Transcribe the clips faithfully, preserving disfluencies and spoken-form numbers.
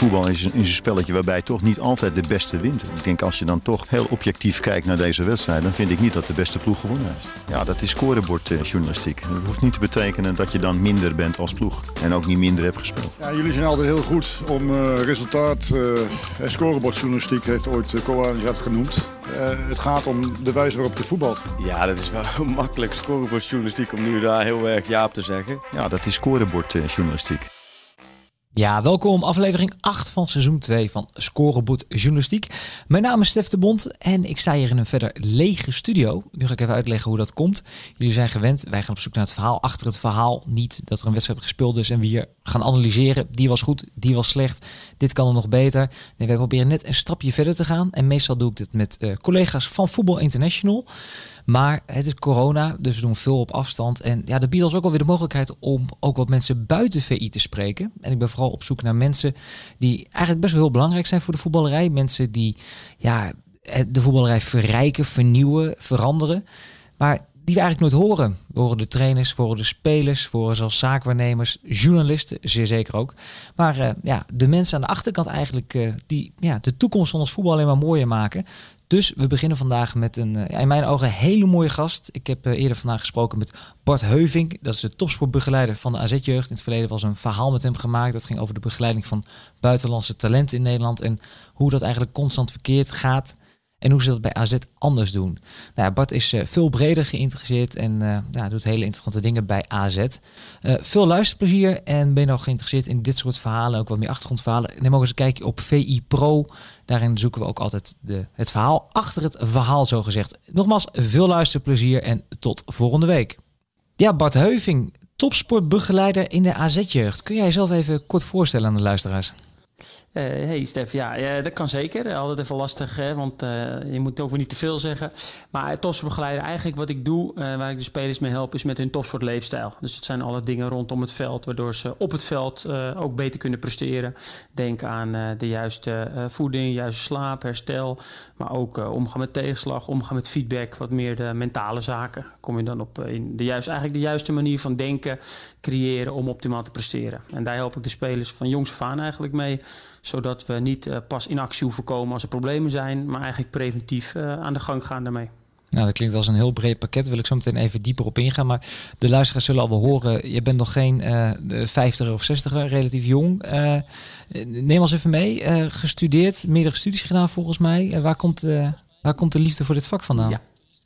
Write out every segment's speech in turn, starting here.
Voetbal is een, is een spelletje waarbij toch niet altijd de beste wint. Ik denk als je dan toch heel objectief kijkt naar deze wedstrijd, dan vind ik niet dat de beste ploeg gewonnen heeft. Ja, dat is scorebordjournalistiek. Dat hoeft niet te betekenen dat je dan minder bent als ploeg. En ook niet minder hebt gespeeld. Ja, jullie zijn altijd heel goed om uh, resultaat. Uh, scorebordjournalistiek heeft ooit uh, Koan dat genoemd. Uh, het gaat om de wijze waarop je voetbalt. Ja, dat is wel makkelijk scorebordjournalistiek om nu daar heel erg ja op te zeggen. Ja, dat is scorebordjournalistiek. Ja, welkom aflevering acht van seizoen twee van Scorebord Journalistiek. Mijn naam is Stef de Bond en ik sta hier in een verder lege studio. Nu ga ik even uitleggen hoe dat komt. Jullie zijn gewend, wij gaan op zoek naar het verhaal achter het verhaal. Niet dat er een wedstrijd gespeeld is en we hier gaan analyseren. Die was goed, die was slecht, dit kan er nog beter. Nee, wij proberen net een stapje verder te gaan. En meestal doe ik dit met uh, collega's van Voetbal International. Maar het is corona, dus we doen veel op afstand. En ja, dat biedt ons ook alweer de mogelijkheid om ook wat mensen buiten V I te spreken. En ik ben vooral op zoek naar mensen die eigenlijk best wel heel belangrijk zijn voor de voetballerij. Mensen die ja, de voetballerij verrijken, vernieuwen, veranderen. Maar die we eigenlijk nooit horen. We horen de trainers, we horen de spelers, we horen zelfs zaakwaarnemers, journalisten, zeer zeker ook. Maar uh, ja, de mensen aan de achterkant eigenlijk uh, die ja, de toekomst van ons voetbal alleen maar mooier maken. Dus we beginnen vandaag met een, uh, in mijn ogen, hele mooie gast. Ik heb uh, eerder vandaag gesproken met Bart Heuvink. Dat is de topsportbegeleider van de A Z-jeugd. In het verleden was een verhaal met hem gemaakt. Dat ging over de begeleiding van buitenlandse talenten in Nederland. En hoe dat eigenlijk constant verkeerd gaat. En hoe ze dat bij A Z anders doen. Nou ja, Bart is uh, veel breder geïnteresseerd en uh, ja, doet hele interessante dingen bij A Z. Uh, veel luisterplezier en ben je nou geïnteresseerd in dit soort verhalen, ook wat meer achtergrondverhalen. Neem ook eens een kijkje op V I Pro. Daarin zoeken we ook altijd de, het verhaal achter het verhaal, zo gezegd. Nogmaals, veel luisterplezier en tot volgende week. Ja, Bart Heuvink, topsportbegeleider in de A Z-jeugd. Kun jij jezelf even kort voorstellen aan de luisteraars? Uh, hey Stef, ja, ja, dat kan zeker. Altijd even lastig, hè, want uh, je moet ook weer niet te veel zeggen. Maar topsportbegeleider, eigenlijk wat ik doe, uh, waar ik de spelers mee help, is met hun topsportleefstijl. Dus het zijn alle dingen rondom het veld, waardoor ze op het veld uh, ook beter kunnen presteren. Denk aan uh, de juiste uh, voeding, juiste slaap, herstel. Maar ook uh, omgaan met tegenslag, omgaan met feedback, wat meer de mentale zaken. Kom je dan op uh, in de juiste, eigenlijk de juiste manier van denken, creëren om optimaal te presteren. En daar help ik de spelers van jongs af aan eigenlijk mee, zodat we niet uh, pas in actie hoeven komen als er problemen zijn, maar eigenlijk preventief uh, aan de gang gaan daarmee. Nou, dat klinkt als een heel breed pakket. Daar wil ik zo meteen even dieper op ingaan. Maar de luisteraars zullen al wel horen, je bent nog geen uh, vijftiger of zestiger, relatief jong. Uh, neem ons even mee. Uh, gestudeerd, meerdere studies gedaan volgens mij. Uh, waar, komt, uh, waar komt de liefde voor dit vak vandaan? Ja.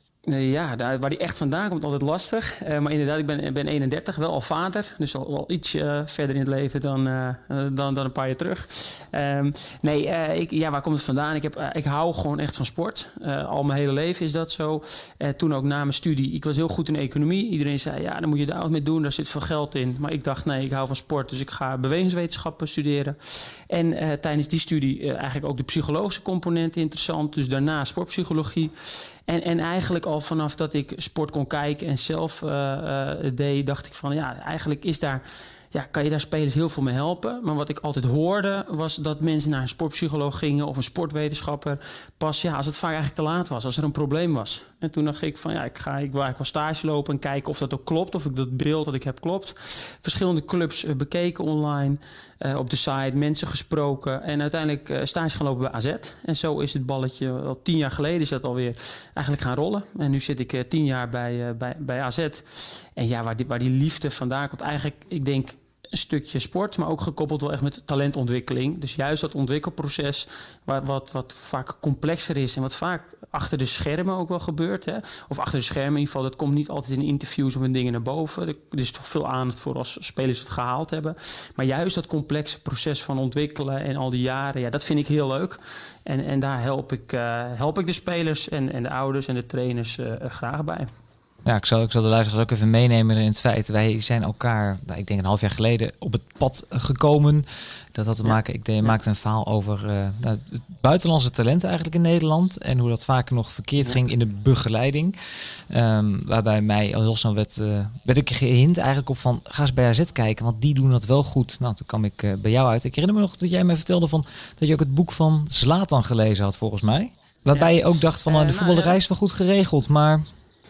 Ja, daar, waar die echt vandaan komt, altijd lastig. Uh, maar inderdaad, ik ben, ben eenendertig, wel al vader. Dus al, al iets uh, verder in het leven dan, uh, dan, dan een paar jaar terug. Um, nee, uh, ik, ja, waar komt het vandaan? Ik, heb, uh, ik hou gewoon echt van sport. Uh, al mijn hele leven is dat zo. Uh, toen ook na mijn studie. Ik was heel goed in economie. Iedereen zei, ja, dan moet je daar wat mee doen. Daar zit veel geld in. Maar ik dacht, nee, ik hou van sport. Dus ik ga bewegingswetenschappen studeren. En uh, tijdens die studie uh, eigenlijk ook de psychologische component interessant. Dus daarna sportpsychologie. En, en eigenlijk al vanaf dat ik sport kon kijken en zelf uh, uh, deed, dacht ik van ja, eigenlijk is daar, ja, kan je daar spelers heel veel mee helpen. Maar wat ik altijd hoorde was dat mensen naar een sportpsycholoog gingen of een sportwetenschapper pas ja, als het vaak eigenlijk te laat was, als er een probleem was. En toen dacht ik van ja, ik ga ik wil eigenlijk wel stage lopen en kijken of dat ook klopt, of ik dat beeld dat ik heb klopt. Verschillende clubs uh, bekeken online, uh, op de site, mensen gesproken en uiteindelijk uh, stage gaan lopen bij A Z. En zo is het balletje, al tien jaar geleden is dat alweer eigenlijk gaan rollen. En nu zit ik uh, tien jaar bij, uh, bij, bij A Z. En ja, waar die, waar die liefde vandaan komt, eigenlijk, ik denk een stukje sport, maar ook gekoppeld wel echt met talentontwikkeling. Dus juist dat ontwikkelproces, wat, wat, wat vaak complexer is en wat vaak achter de schermen ook wel gebeurt. Hè? Of achter de schermen in ieder geval, dat komt niet altijd in interviews of in dingen naar boven. Er is toch veel aandacht voor als spelers het gehaald hebben. Maar juist dat complexe proces van ontwikkelen en al die jaren, ja, dat vind ik heel leuk. En, en daar help ik, uh, help ik de spelers en, en de ouders en de trainers uh, graag bij. Ja, ik zal, ik zal de luisteraars ook even meenemen in het feit. Wij zijn elkaar, nou, ik denk een half jaar geleden, op het pad gekomen. Dat had te maken, ik deed, maakte een verhaal over uh, nou, het buitenlandse talenten eigenlijk in Nederland. En hoe dat vaak nog verkeerd ging in de begeleiding. Um, waarbij mij al heel snel werd, uh, werd ik gehint eigenlijk op van, ga eens bij A Z kijken, want die doen dat wel goed. Nou, toen kwam ik uh, bij jou uit. Ik herinner me nog dat jij mij vertelde van dat je ook het boek van Zlatan gelezen had volgens mij. Waarbij ja. je ook dacht van, nou, de voetballerij is wel goed geregeld, maar...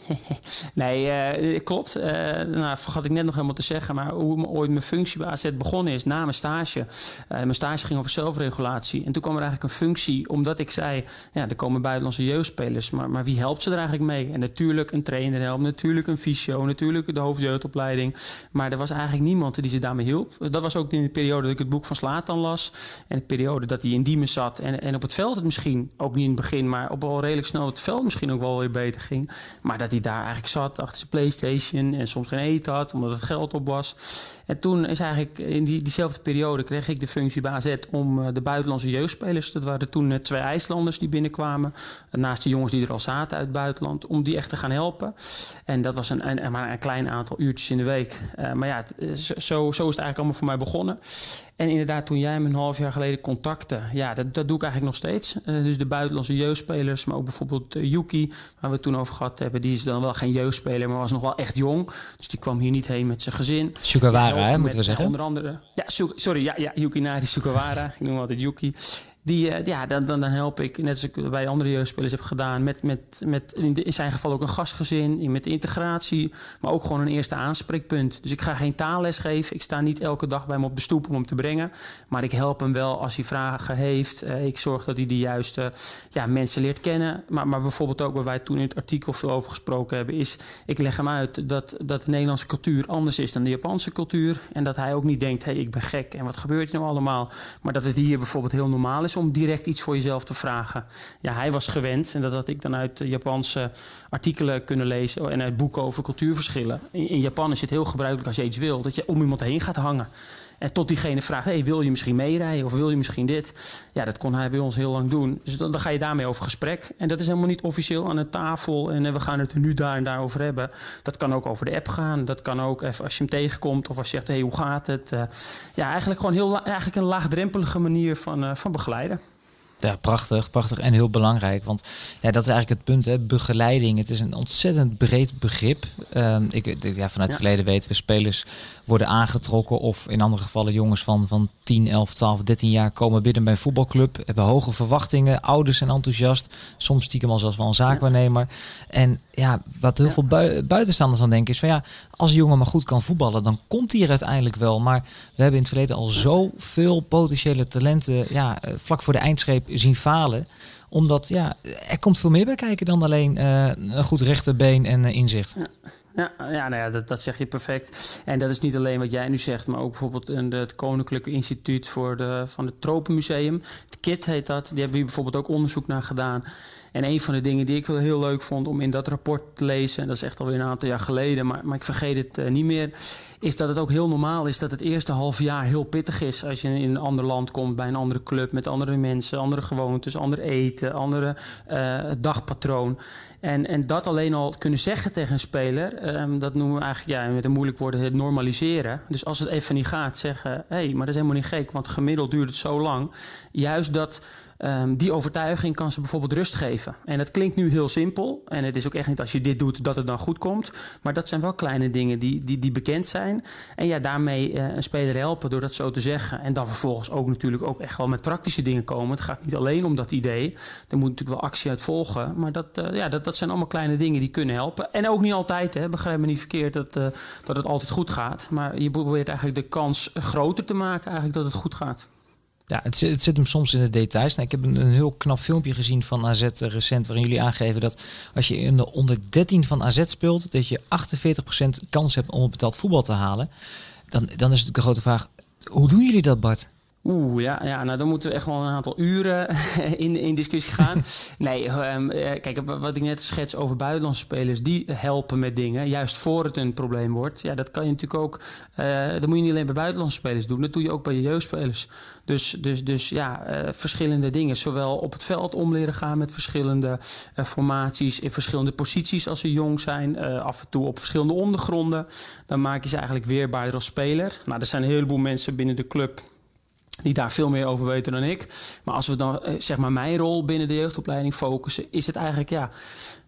nee, uh, klopt. Uh, nou, vergat ik net nog helemaal te zeggen. Maar hoe ooit mijn functie bij A Z begonnen is, na mijn stage. Uh, mijn stage ging over zelfregulatie. En toen kwam er eigenlijk een functie, omdat ik zei... ja, er komen buitenlandse jeugdspelers. Maar, maar wie helpt ze er eigenlijk mee? En natuurlijk een trainer helpt, natuurlijk een fysio, natuurlijk de hoofdjeugdopleiding. Maar er was eigenlijk niemand die ze daarmee hielp. Dat was ook in de periode dat ik het boek van Zlatan las. En de periode dat hij in Diemen zat. En, en op het veld het misschien, ook niet in het begin... maar op al redelijk snel het veld misschien ook wel weer beter ging. Maar dat hij daar eigenlijk zat achter zijn PlayStation en soms geen eten had omdat het geld op was. En toen is eigenlijk in die, diezelfde periode kreeg ik de functie bij A Z om uh, de buitenlandse jeugdspelers, dat waren toen uh, twee IJslanders die binnenkwamen, uh, naast de jongens die er al zaten uit het buitenland, om die echt te gaan helpen. En dat was een, een, maar een klein aantal uurtjes in de week. Uh, maar ja, het, zo, zo is het eigenlijk allemaal voor mij begonnen. En inderdaad, toen jij me een half jaar geleden contacte, ja, dat, dat doe ik eigenlijk nog steeds. Uh, dus de buitenlandse jeugdspelers, maar ook bijvoorbeeld uh, Yuki, waar we het toen over gehad hebben, die is dan wel geen jeugdspeler, maar was nog wel echt jong. Dus die kwam hier niet heen met zijn gezin. Sugawara, hè, moeten we zeggen. Onder andere, ja, sorry, ja, ja Yuki Nari Sugawara, ik noem hem altijd Yuki. Die, uh, ja, dan, dan, dan help ik, net als ik bij andere jeugdspelers heb gedaan, met, met, met in, de, in zijn geval ook een gastgezin, met de integratie, maar ook gewoon een eerste aanspreekpunt. Dus ik ga geen taalles geven, ik sta niet elke dag bij hem op de stoep om hem te brengen, maar ik help hem wel als hij vragen heeft. Uh, ik zorg dat hij de juiste ja, mensen leert kennen, maar, maar bijvoorbeeld ook waar wij toen in het artikel veel over gesproken hebben, is, ik leg hem uit dat, dat de Nederlandse cultuur anders is dan de Japanse cultuur en dat hij ook niet denkt, hé, hey, ik ben gek en wat gebeurt er nou allemaal, maar dat het hier bijvoorbeeld heel normaal is om direct iets voor jezelf te vragen. Ja, hij was gewend, en dat had ik dan uit Japanse artikelen kunnen lezen en uit boeken over cultuurverschillen. In, in Japan is het heel gebruikelijk als je iets wil, dat je om iemand heen gaat hangen. En tot diegene vraagt, hey, wil je misschien meerijden of wil je misschien dit? Ja, dat kon hij bij ons heel lang doen. Dus dan, dan ga je daarmee over gesprek. En dat is helemaal niet officieel aan een tafel en uh, we gaan het er nu daar en daar over hebben. Dat kan ook over de app gaan. Dat kan ook even als je hem tegenkomt of als je zegt, hey, hoe gaat het? Uh, ja, eigenlijk gewoon heel, eigenlijk een laagdrempelige manier van, uh, van begeleiden. Ja, prachtig, prachtig en heel belangrijk. Want ja, dat is eigenlijk het punt, hè. Begeleiding. Het is een ontzettend breed begrip. Um, ik, ja, vanuit het ja. verleden weten we, spelers worden aangetrokken of in andere gevallen jongens van, van tien, elf, twaalf, dertien jaar komen binnen bij een voetbalclub, hebben hoge verwachtingen, ouders zijn enthousiast, soms stiekem al zelfs wel een zaakwaarnemer. Ja. En ja, wat heel ja. veel bui- buitenstaanders dan denken is van ja, als een jongen maar goed kan voetballen, dan komt hij er uiteindelijk wel. Maar we hebben in het verleden al zoveel potentiële talenten ja, vlak voor de eindstreep zien falen. Omdat ja, er komt veel meer bij kijken dan alleen uh, een goed rechterbeen en uh, inzicht. Ja. Ja, ja, nou ja, dat, dat zeg je perfect. En dat is niet alleen wat jij nu zegt, maar ook bijvoorbeeld in het Koninklijke Instituut voor de, van het Tropenmuseum. Het K I T heet dat. Die hebben hier bijvoorbeeld ook onderzoek naar gedaan. En een van de dingen die ik wel heel leuk vond om in dat rapport te lezen, en dat is echt alweer een aantal jaar geleden, maar, maar ik vergeet het uh, niet meer, is dat het ook heel normaal is dat het eerste half jaar heel pittig is als je in een ander land komt, bij een andere club, met andere mensen, andere gewoontes, ander eten, andere uh, dagpatroon. En, en dat alleen al kunnen zeggen tegen een speler, um, dat noemen we eigenlijk ja, met een moeilijk woord het normaliseren. Dus als het even niet gaat, zeggen, hé, hey, maar dat is helemaal niet gek, want gemiddeld duurt het zo lang. Juist dat Um, die overtuiging kan ze bijvoorbeeld rust geven. En dat klinkt nu heel simpel. En het is ook echt niet als je dit doet dat het dan goed komt. Maar dat zijn wel kleine dingen die, die, die bekend zijn. En ja, daarmee uh, een speler helpen door dat zo te zeggen. En dan vervolgens ook natuurlijk ook echt wel met praktische dingen komen. Het gaat niet alleen om dat idee. Er moet natuurlijk wel actie uit volgen. Maar dat, uh, ja, dat, dat zijn allemaal kleine dingen die kunnen helpen. En ook niet altijd, hè. Begrijp me niet verkeerd dat, uh, dat het altijd goed gaat. Maar je probeert eigenlijk de kans groter te maken eigenlijk dat het goed gaat. Ja, het zit, het zit hem soms in de details. Nou, ik heb een, een heel knap filmpje gezien van A Z recent, waarin jullie aangeven dat als je in de onder dertien van A Z speelt, dat je achtenveertig procent kans hebt om betaald voetbal te halen. Dan, dan is natuurlijk de grote vraag, hoe doen jullie dat, Bart? Oeh, ja, ja, nou dan moeten we echt wel een aantal uren in, in discussie gaan. Nee, um, kijk, wat ik net schets over buitenlandse spelers, die helpen met dingen, juist voor het een probleem wordt. Ja, dat kan je natuurlijk ook, uh, dat moet je niet alleen bij buitenlandse spelers doen, dat doe je ook bij je jeugdspelers. Dus, dus, dus ja, uh, verschillende dingen, zowel op het veld om leren gaan met verschillende uh, formaties, in verschillende posities als ze jong zijn, uh, af en toe op verschillende ondergronden. Dan maak je ze eigenlijk weerbaarder als speler. Nou, er zijn een heleboel mensen binnen de club die daar veel meer over weten dan ik. Maar als we dan zeg maar mijn rol binnen de jeugdopleiding focussen, is het eigenlijk ja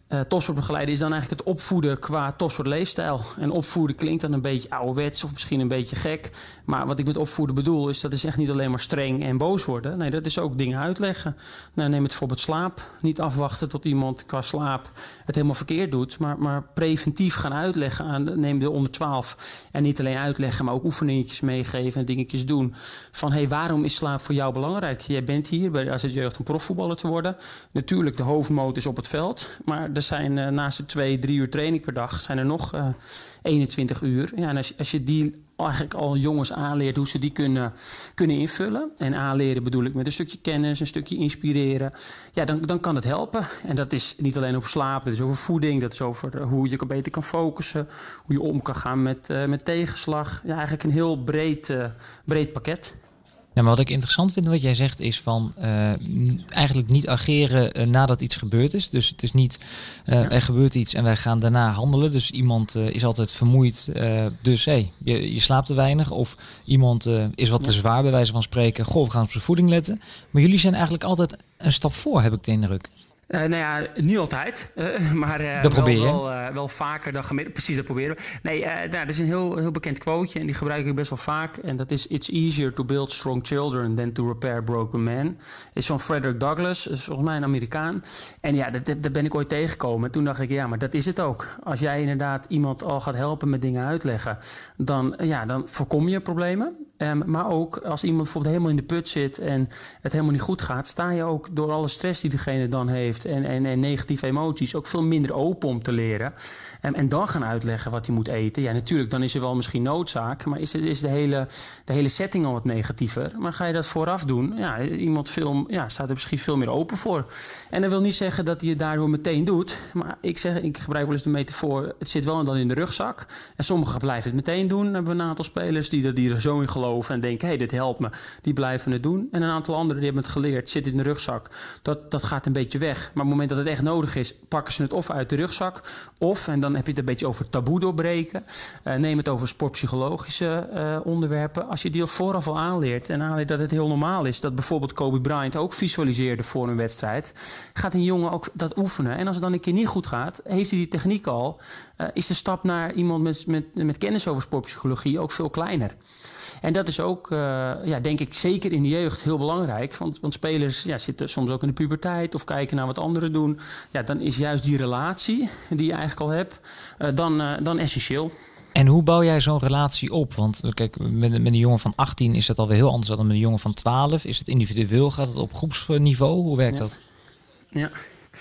Uh, topsportbegeleider is dan eigenlijk het opvoeden qua topsportleefstijl. En opvoeden klinkt dan een beetje ouderwets of misschien een beetje gek. Maar wat ik met opvoeden bedoel is dat is echt niet alleen maar streng en boos worden. Nee, dat is ook dingen uitleggen. Nou, neem het bijvoorbeeld slaap. Niet afwachten tot iemand qua slaap het helemaal verkeerd doet. Maar, maar preventief gaan uitleggen aan neem de onder twaalf. En niet alleen uitleggen, maar ook oefeningetjes meegeven en dingetjes doen. Van hé, hey, waarom is slaap voor jou belangrijk? Jij bent hier bij de A Z Jeugd om profvoetballer te worden. Natuurlijk, de hoofdmoot is op het veld. Maar er zijn uh, naast de twee, drie uur training per dag... zijn er nog uh, eenentwintig uur. Ja, en als, als je die eigenlijk al jongens aanleert hoe ze die kunnen, kunnen invullen... en aanleren bedoel ik met een stukje kennis, een stukje inspireren... ja, dan, dan kan het helpen. En dat is niet alleen over slaap, dat is over voeding... dat is over uh, hoe je beter kan focussen... hoe je om kan gaan met, uh, met tegenslag. Ja, eigenlijk een heel breed, uh, breed pakket. Ja, maar wat ik interessant vind wat jij zegt is van uh, eigenlijk niet ageren uh, nadat iets gebeurd is. Dus het is niet uh, ja. er gebeurt iets en wij gaan daarna handelen. Dus iemand uh, is altijd vermoeid, uh, dus hey, je, je slaapt te weinig. Of iemand uh, is wat ja. te zwaar bij wijze van spreken. Goh, we gaan op zijn voeding letten. Maar jullie zijn eigenlijk altijd een stap voor, heb ik de indruk. Uh, nou ja, niet altijd, uh, maar uh, dat probeer je. wel, wel, uh, wel vaker dan gemiddeld. Precies, dat proberen we. Nee, uh, nou, dat is een heel, heel bekend quoteje en die gebruik ik best wel vaak. En dat is: It's easier to build strong children than to repair broken men. Is van Frederick Douglass, is volgens mij een Amerikaan. En ja, dat, dat ben ik ooit tegengekomen. En toen dacht ik, ja, maar dat is het ook. Als jij inderdaad iemand al gaat helpen met dingen uitleggen, dan, ja, dan voorkom je problemen. Um, maar ook als iemand bijvoorbeeld helemaal in de put zit en het helemaal niet goed gaat, sta je ook door alle stress die degene dan heeft en, en, en negatieve emoties ook veel minder open om te leren. Um, en dan gaan uitleggen wat hij moet eten. Ja, natuurlijk, dan is er wel misschien noodzaak, maar is, is de, hele, de hele setting al wat negatiever. Maar ga je dat vooraf doen, ja, iemand veel, ja, staat er misschien veel meer open voor. En dat wil niet zeggen dat hij het daardoor meteen doet. Maar ik, zeg, ik gebruik wel eens de metafoor, het zit wel dan in de rugzak. En sommigen blijven het meteen doen. Dan hebben we een aantal spelers die, die er zo in geloven en denken, hé, hey, dit helpt me. Die blijven het doen. En een aantal anderen die hebben het geleerd, zit in de rugzak. Dat, dat gaat een beetje weg. Maar op het moment dat het echt nodig is, pakken ze het of uit de rugzak. Of, en dan heb je het een beetje over taboe doorbreken. Uh, neem het over sportpsychologische uh, onderwerpen. Als je die al vooraf al aanleert en aanleert dat het heel normaal is, dat bijvoorbeeld Kobe Bryant ook visualiseerde voor een wedstrijd, gaat een jongen ook dat oefenen. En als het dan een keer niet goed gaat, heeft hij die techniek al, uh, is de stap naar iemand met, met, met kennis over sportpsychologie ook veel kleiner. En dat is ook, uh, ja, denk ik, zeker in de jeugd heel belangrijk. Want, want spelers ja, zitten soms ook in de puberteit of kijken naar wat anderen doen. Ja, dan is juist die relatie die je eigenlijk al hebt, uh, dan, uh, dan essentieel. En hoe bouw jij zo'n relatie op? Want kijk, met, met een jongen van achttien is dat alweer heel anders dan met een jongen van twaalf. Is het individueel? Gaat het op groepsniveau? Hoe werkt ja. dat? Ja.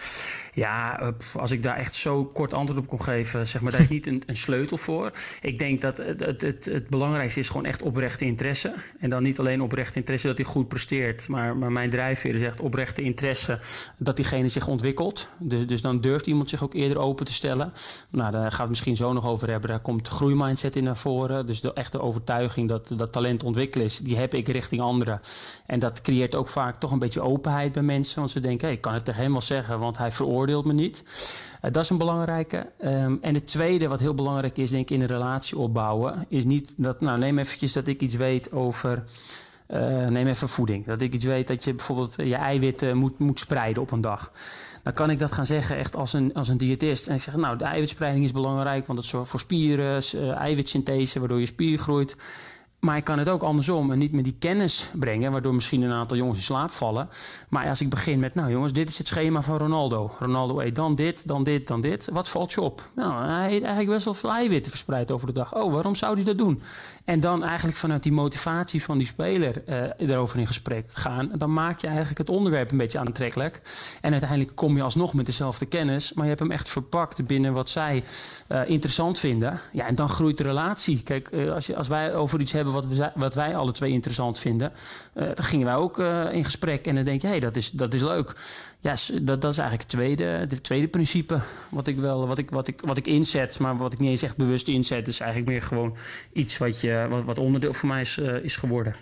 Ja, als ik daar echt zo kort antwoord op kon geven, zeg maar, daar is niet een, een sleutel voor. Ik denk dat het, het, het, het belangrijkste is gewoon echt oprechte interesse. En dan niet alleen oprechte interesse dat hij goed presteert, maar, maar mijn drijfveer is echt oprechte interesse dat diegene zich ontwikkelt. Dus, dus dan durft iemand zich ook eerder open te stellen. Nou, daar gaan we het misschien zo nog over hebben. Daar komt de groeimindset in naar voren. Dus de echte overtuiging dat, dat talent ontwikkelen is, die heb ik richting anderen. En dat creëert ook vaak toch een beetje openheid bij mensen. Want ze denken, hey, ik kan het tegen hem wel zeggen, want hij veroordeelt me niet. Uh, dat is een belangrijke. Um, en het tweede wat heel belangrijk is, denk ik, in een relatie opbouwen, is niet dat, nou, neem eventjes dat ik iets weet over, uh, neem even voeding. Dat ik iets weet dat je bijvoorbeeld je eiwitten moet, moet spreiden op een dag. Dan kan ik dat gaan zeggen echt als een, als een diëtist. En ik zeg, nou, de eiwitspreiding is belangrijk, want het zorgt voor spieren, uh, eiwitsynthese, waardoor je spier groeit. Maar ik kan het ook andersom en niet met die kennis brengen, waardoor misschien een aantal jongens in slaap vallen. Maar als ik begin met, nou jongens, dit is het schema van Ronaldo. Ronaldo eet dan dit, dan dit, dan dit. Wat valt je op? Nou, hij eet eigenlijk best wel veel eiwitten verspreid over de dag. Oh, waarom zou hij dat doen? En dan eigenlijk vanuit die motivatie van die speler uh, erover in gesprek gaan. Dan maak je eigenlijk het onderwerp een beetje aantrekkelijk. En uiteindelijk kom je alsnog met dezelfde kennis, maar je hebt hem echt verpakt binnen wat zij uh, interessant vinden. Ja, en dan groeit de relatie. Kijk, uh, als, je, als wij over iets hebben wat, we, wat wij alle twee interessant vinden, uh, dan gingen wij ook uh, in gesprek. En dan denk je, hé, hey, dat, is, dat is leuk. Ja, dat, dat is eigenlijk het tweede, het tweede principe wat ik, wel, wat, ik, wat, ik, wat ik inzet, maar wat ik niet eens echt bewust inzet. Dus eigenlijk meer gewoon iets wat, je, wat, wat onderdeel voor mij is, uh, is geworden.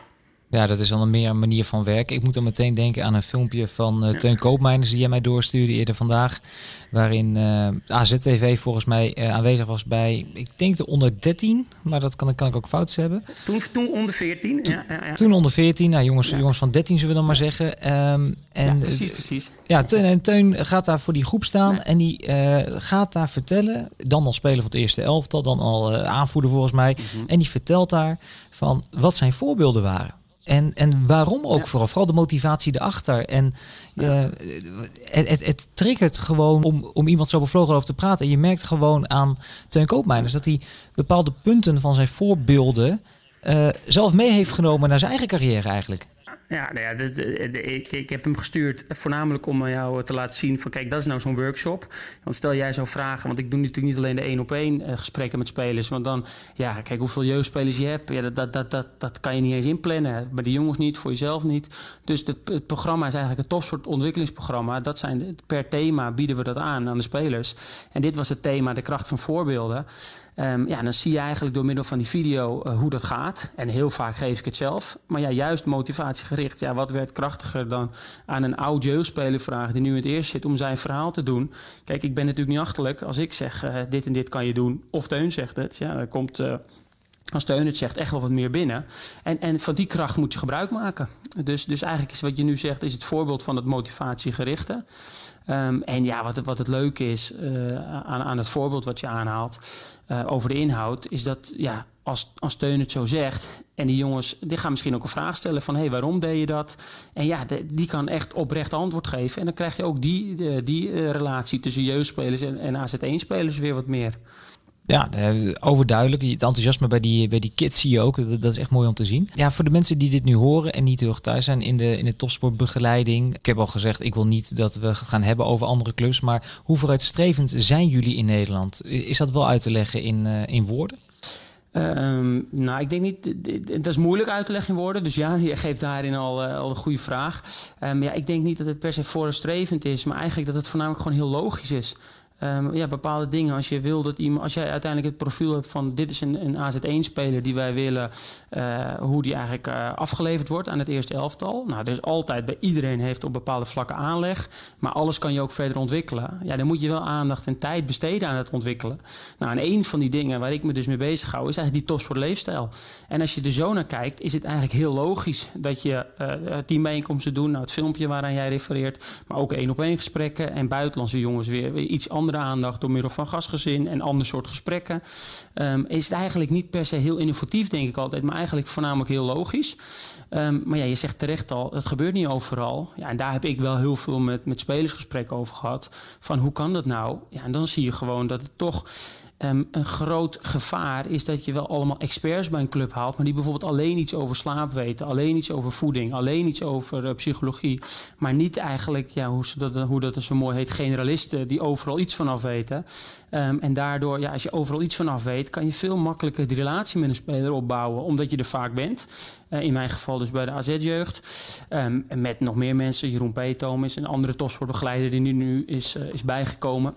Ja, dat is dan een meer een manier van werken. Ik moet dan meteen denken aan een filmpje van uh, Teun Koopmeiners die jij mij doorstuurde eerder vandaag. Waarin uh, A Z T V volgens mij uh, aanwezig was bij, ik denk de onder dertien. Maar dat kan, kan ik ook fout hebben. Toen, toen onder veertien. Toen, ja, ja, ja. toen onder veertien. Nou jongens, ja. jongens van dertien zullen we dan maar zeggen. Um, en, ja, precies, precies. Ja, Teun, en Teun gaat daar voor die groep staan. Ja. En die uh, gaat daar vertellen. Dan al speler van het eerste elftal. Dan al uh, aanvoerder volgens mij. Mm-hmm. En die vertelt daar van wat zijn voorbeelden waren. En, en waarom ook ja. vooral. Vooral de motivatie erachter. En uh, het, het, het triggert gewoon om, om iemand zo bevlogen over te praten. En je merkt gewoon aan Teun Koopmeiners dat hij bepaalde punten van zijn voorbeelden uh, zelf mee heeft genomen naar zijn eigen carrière eigenlijk. Ja, nou ja dit, ik, ik heb hem gestuurd voornamelijk om jou te laten zien van kijk, dat is nou zo'n workshop. Want stel jij zou vragen, want ik doe natuurlijk niet alleen de één op één uh, gesprekken met spelers. Want dan, ja, kijk hoeveel jeugdspelers je hebt. Ja, dat, dat, dat, dat, dat kan je niet eens inplannen. Bij de jongens niet, voor jezelf niet. Dus het, het programma is eigenlijk een topsoort ontwikkelingsprogramma. Dat zijn, per thema bieden we dat aan aan de spelers. En dit was het thema, de kracht van voorbeelden. Um, ja, dan zie je eigenlijk door middel van die video uh, hoe dat gaat. En heel vaak geef ik het zelf. Maar ja, juist motivatiegericht. Ja, wat werd krachtiger dan aan een oud jeugdspeler vragen die nu in het eerst zit om zijn verhaal te doen. Kijk, ik ben natuurlijk niet achterlijk. Als ik zeg uh, dit en dit kan je doen, of Teun zegt het, ja, dan komt uh, als Teun het zegt echt wel wat meer binnen. En, en van die kracht moet je gebruik maken. Dus, dus eigenlijk is wat je nu zegt, is het voorbeeld van het motivatiegerichte. Um, en ja, wat, wat het leuke is uh, aan, aan het voorbeeld wat je aanhaalt uh, over de inhoud, is dat ja, als, als Teun het zo zegt en die jongens, die gaan misschien ook een vraag stellen van hé, hey, waarom deed je dat? En ja, de, die kan echt oprecht antwoord geven. En dan krijg je ook die, de, die uh, relatie tussen jeugdspelers en, en A Z één-spelers weer wat meer. Ja, overduidelijk. Het enthousiasme bij die, bij die kids zie je ook. Dat, dat is echt mooi om te zien. Ja, voor de mensen die dit nu horen en niet heel erg thuis zijn in de, in de topsportbegeleiding. Ik heb al gezegd, ik wil niet dat we gaan hebben over andere clubs. Maar hoe vooruitstrevend zijn jullie in Nederland? Is dat wel uit te leggen in, uh, in woorden? Um, nou, ik denk niet, dat is moeilijk uit te leggen in woorden. Dus ja, je geeft daarin al, uh, al een goede vraag. Um, ja, ik denk niet dat het per se vooruitstrevend is. Maar eigenlijk dat het voornamelijk gewoon heel logisch is. Um, ja, bepaalde dingen. Als je wil dat iemand, als jij uiteindelijk het profiel hebt van dit is een, een A Z één-speler die wij willen, uh, hoe die eigenlijk uh, afgeleverd wordt aan het eerste elftal. Nou, er is altijd bij iedereen heeft op bepaalde vlakken aanleg, maar alles kan je ook verder ontwikkelen. Ja, dan moet je wel aandacht en tijd besteden aan het ontwikkelen. Nou, en een van die dingen waar ik me dus mee bezig hou is eigenlijk die topsport leefstijl. En als je er zo naar kijkt, is het eigenlijk heel logisch dat je uh, teambijeenkomsten doet. Nou, het filmpje waaraan jij refereert, maar ook één op één gesprekken en buitenlandse jongens weer, weer iets anders. Andere aandacht door middel van gastgezin en ander soort gesprekken. Um, is het eigenlijk niet per se heel innovatief, denk ik altijd, maar eigenlijk voornamelijk heel logisch. Um, maar ja, je zegt terecht al, het gebeurt niet overal. Ja, en daar heb ik wel heel veel met, met spelersgesprekken over gehad. Van hoe kan dat nou? Ja, en dan zie je gewoon dat het toch Um, een groot gevaar is dat je wel allemaal experts bij een club haalt, maar die bijvoorbeeld alleen iets over slaap weten, alleen iets over voeding, alleen iets over uh, psychologie, maar niet eigenlijk, ja, hoe, dat, hoe dat zo mooi heet, generalisten die overal iets vanaf weten. Um, en daardoor, ja, als je overal iets vanaf weet, kan je veel makkelijker die relatie met een speler opbouwen, omdat je er vaak bent. Uh, in mijn geval dus bij de A Z-jeugd. Um, met nog meer mensen, Jeroen Peetoom is een andere topsportbegeleider die nu, nu is, uh, is bijgekomen.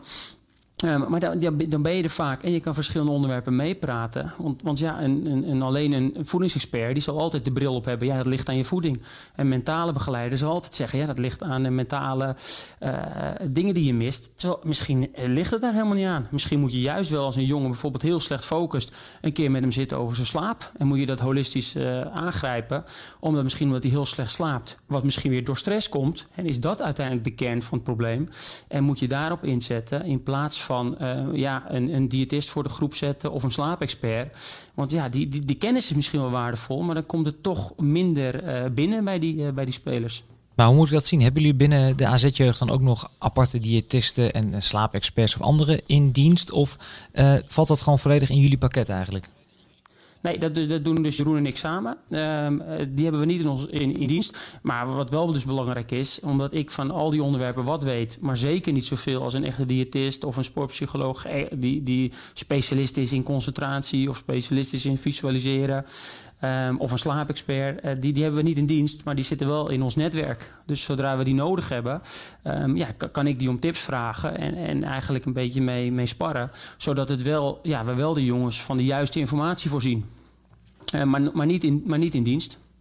Um, maar dan, dan ben je er vaak en je kan verschillende onderwerpen meepraten. Want, want ja, een, een, een, alleen een voedingsexpert die zal altijd de bril op hebben. Ja, dat ligt aan je voeding. Een mentale begeleider zal altijd zeggen, ja, dat ligt aan de mentale uh, dingen die je mist. Terwijl misschien ligt het daar helemaal niet aan. Misschien moet je juist wel als een jongen bijvoorbeeld heel slecht focust een keer met hem zitten over zijn slaap. En moet je dat holistisch uh, aangrijpen. Omdat misschien omdat hij heel slecht slaapt. Wat misschien weer door stress komt. En is dat uiteindelijk de kern van het probleem. En moet je daarop inzetten in plaats van van uh, ja, een, een diëtist voor de groep zetten of een slaapexpert. Want ja, die, die, die kennis is misschien wel waardevol, maar dan komt het toch minder uh, binnen bij die, uh, bij die spelers. Maar hoe moet ik dat zien? Hebben jullie binnen de A Z-jeugd dan ook nog aparte diëtisten en, en slaapexperts of anderen in dienst? Of uh, valt dat gewoon volledig in jullie pakket eigenlijk? Nee, dat, dat doen dus Jeroen en ik samen. Um, die hebben we niet in, ons, in, in dienst. Maar wat wel dus belangrijk is, omdat ik van al die onderwerpen wat weet, maar zeker niet zoveel als een echte diëtist of een sportpsycholoog die, die specialist is in concentratie of specialist is in visualiseren. Um, of een slaapexpert, uh, die, die hebben we niet in dienst, maar die zitten wel in ons netwerk. Dus zodra we die nodig hebben, um, ja, kan, kan ik die om tips vragen en, en eigenlijk een beetje mee, mee sparren. Zodat het wel, ja, we wel de jongens van de juiste informatie voorzien. Uh, maar, maar, niet in, maar niet in dienst.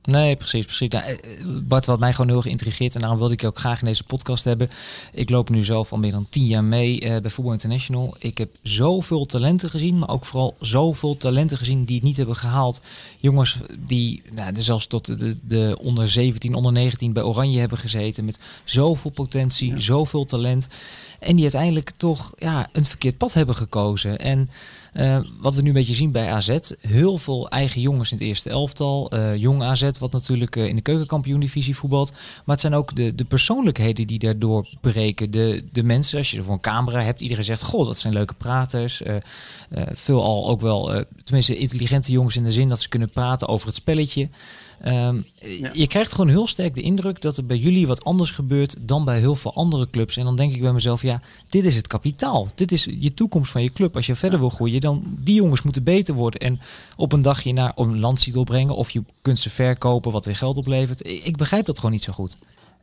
Nee, precies. precies. Nou, Bart, wat mij gewoon heel erg intrigeert, en daarom wilde ik je ook graag in deze podcast hebben. Ik loop nu zelf al meer dan tien jaar mee uh, bij Voetbal International. Ik heb zoveel talenten gezien, maar ook vooral zoveel talenten gezien die het niet hebben gehaald. Jongens die nou, zelfs tot de, de onder zeventien, onder negentien bij Oranje hebben gezeten met zoveel potentie, ja. zoveel talent. En die uiteindelijk toch ja, een verkeerd pad hebben gekozen. En uh, wat we nu een beetje zien bij A Z, heel veel eigen jongens in het eerste elftal. Uh, jong A Z, wat natuurlijk uh, in de keukenkampioen-divisie voetbalt. Maar het zijn ook de, de persoonlijkheden die daardoor breken. De, de mensen, als je er voor een camera hebt, iedereen zegt, goh, dat zijn leuke praters. Uh, uh, veel al ook wel, uh, tenminste intelligente jongens in de zin dat ze kunnen praten over het spelletje. Um, ja. Je krijgt gewoon heel sterk de indruk dat er bij jullie wat anders gebeurt dan bij heel veel andere clubs. En dan denk ik bij mezelf, ja, dit is het kapitaal. Dit is je toekomst van je club. Als je verder wil groeien, dan die jongens moeten beter worden. En op een dagje naar een landstitel brengen of je kunt ze verkopen wat weer geld oplevert. Ik begrijp dat gewoon niet zo goed.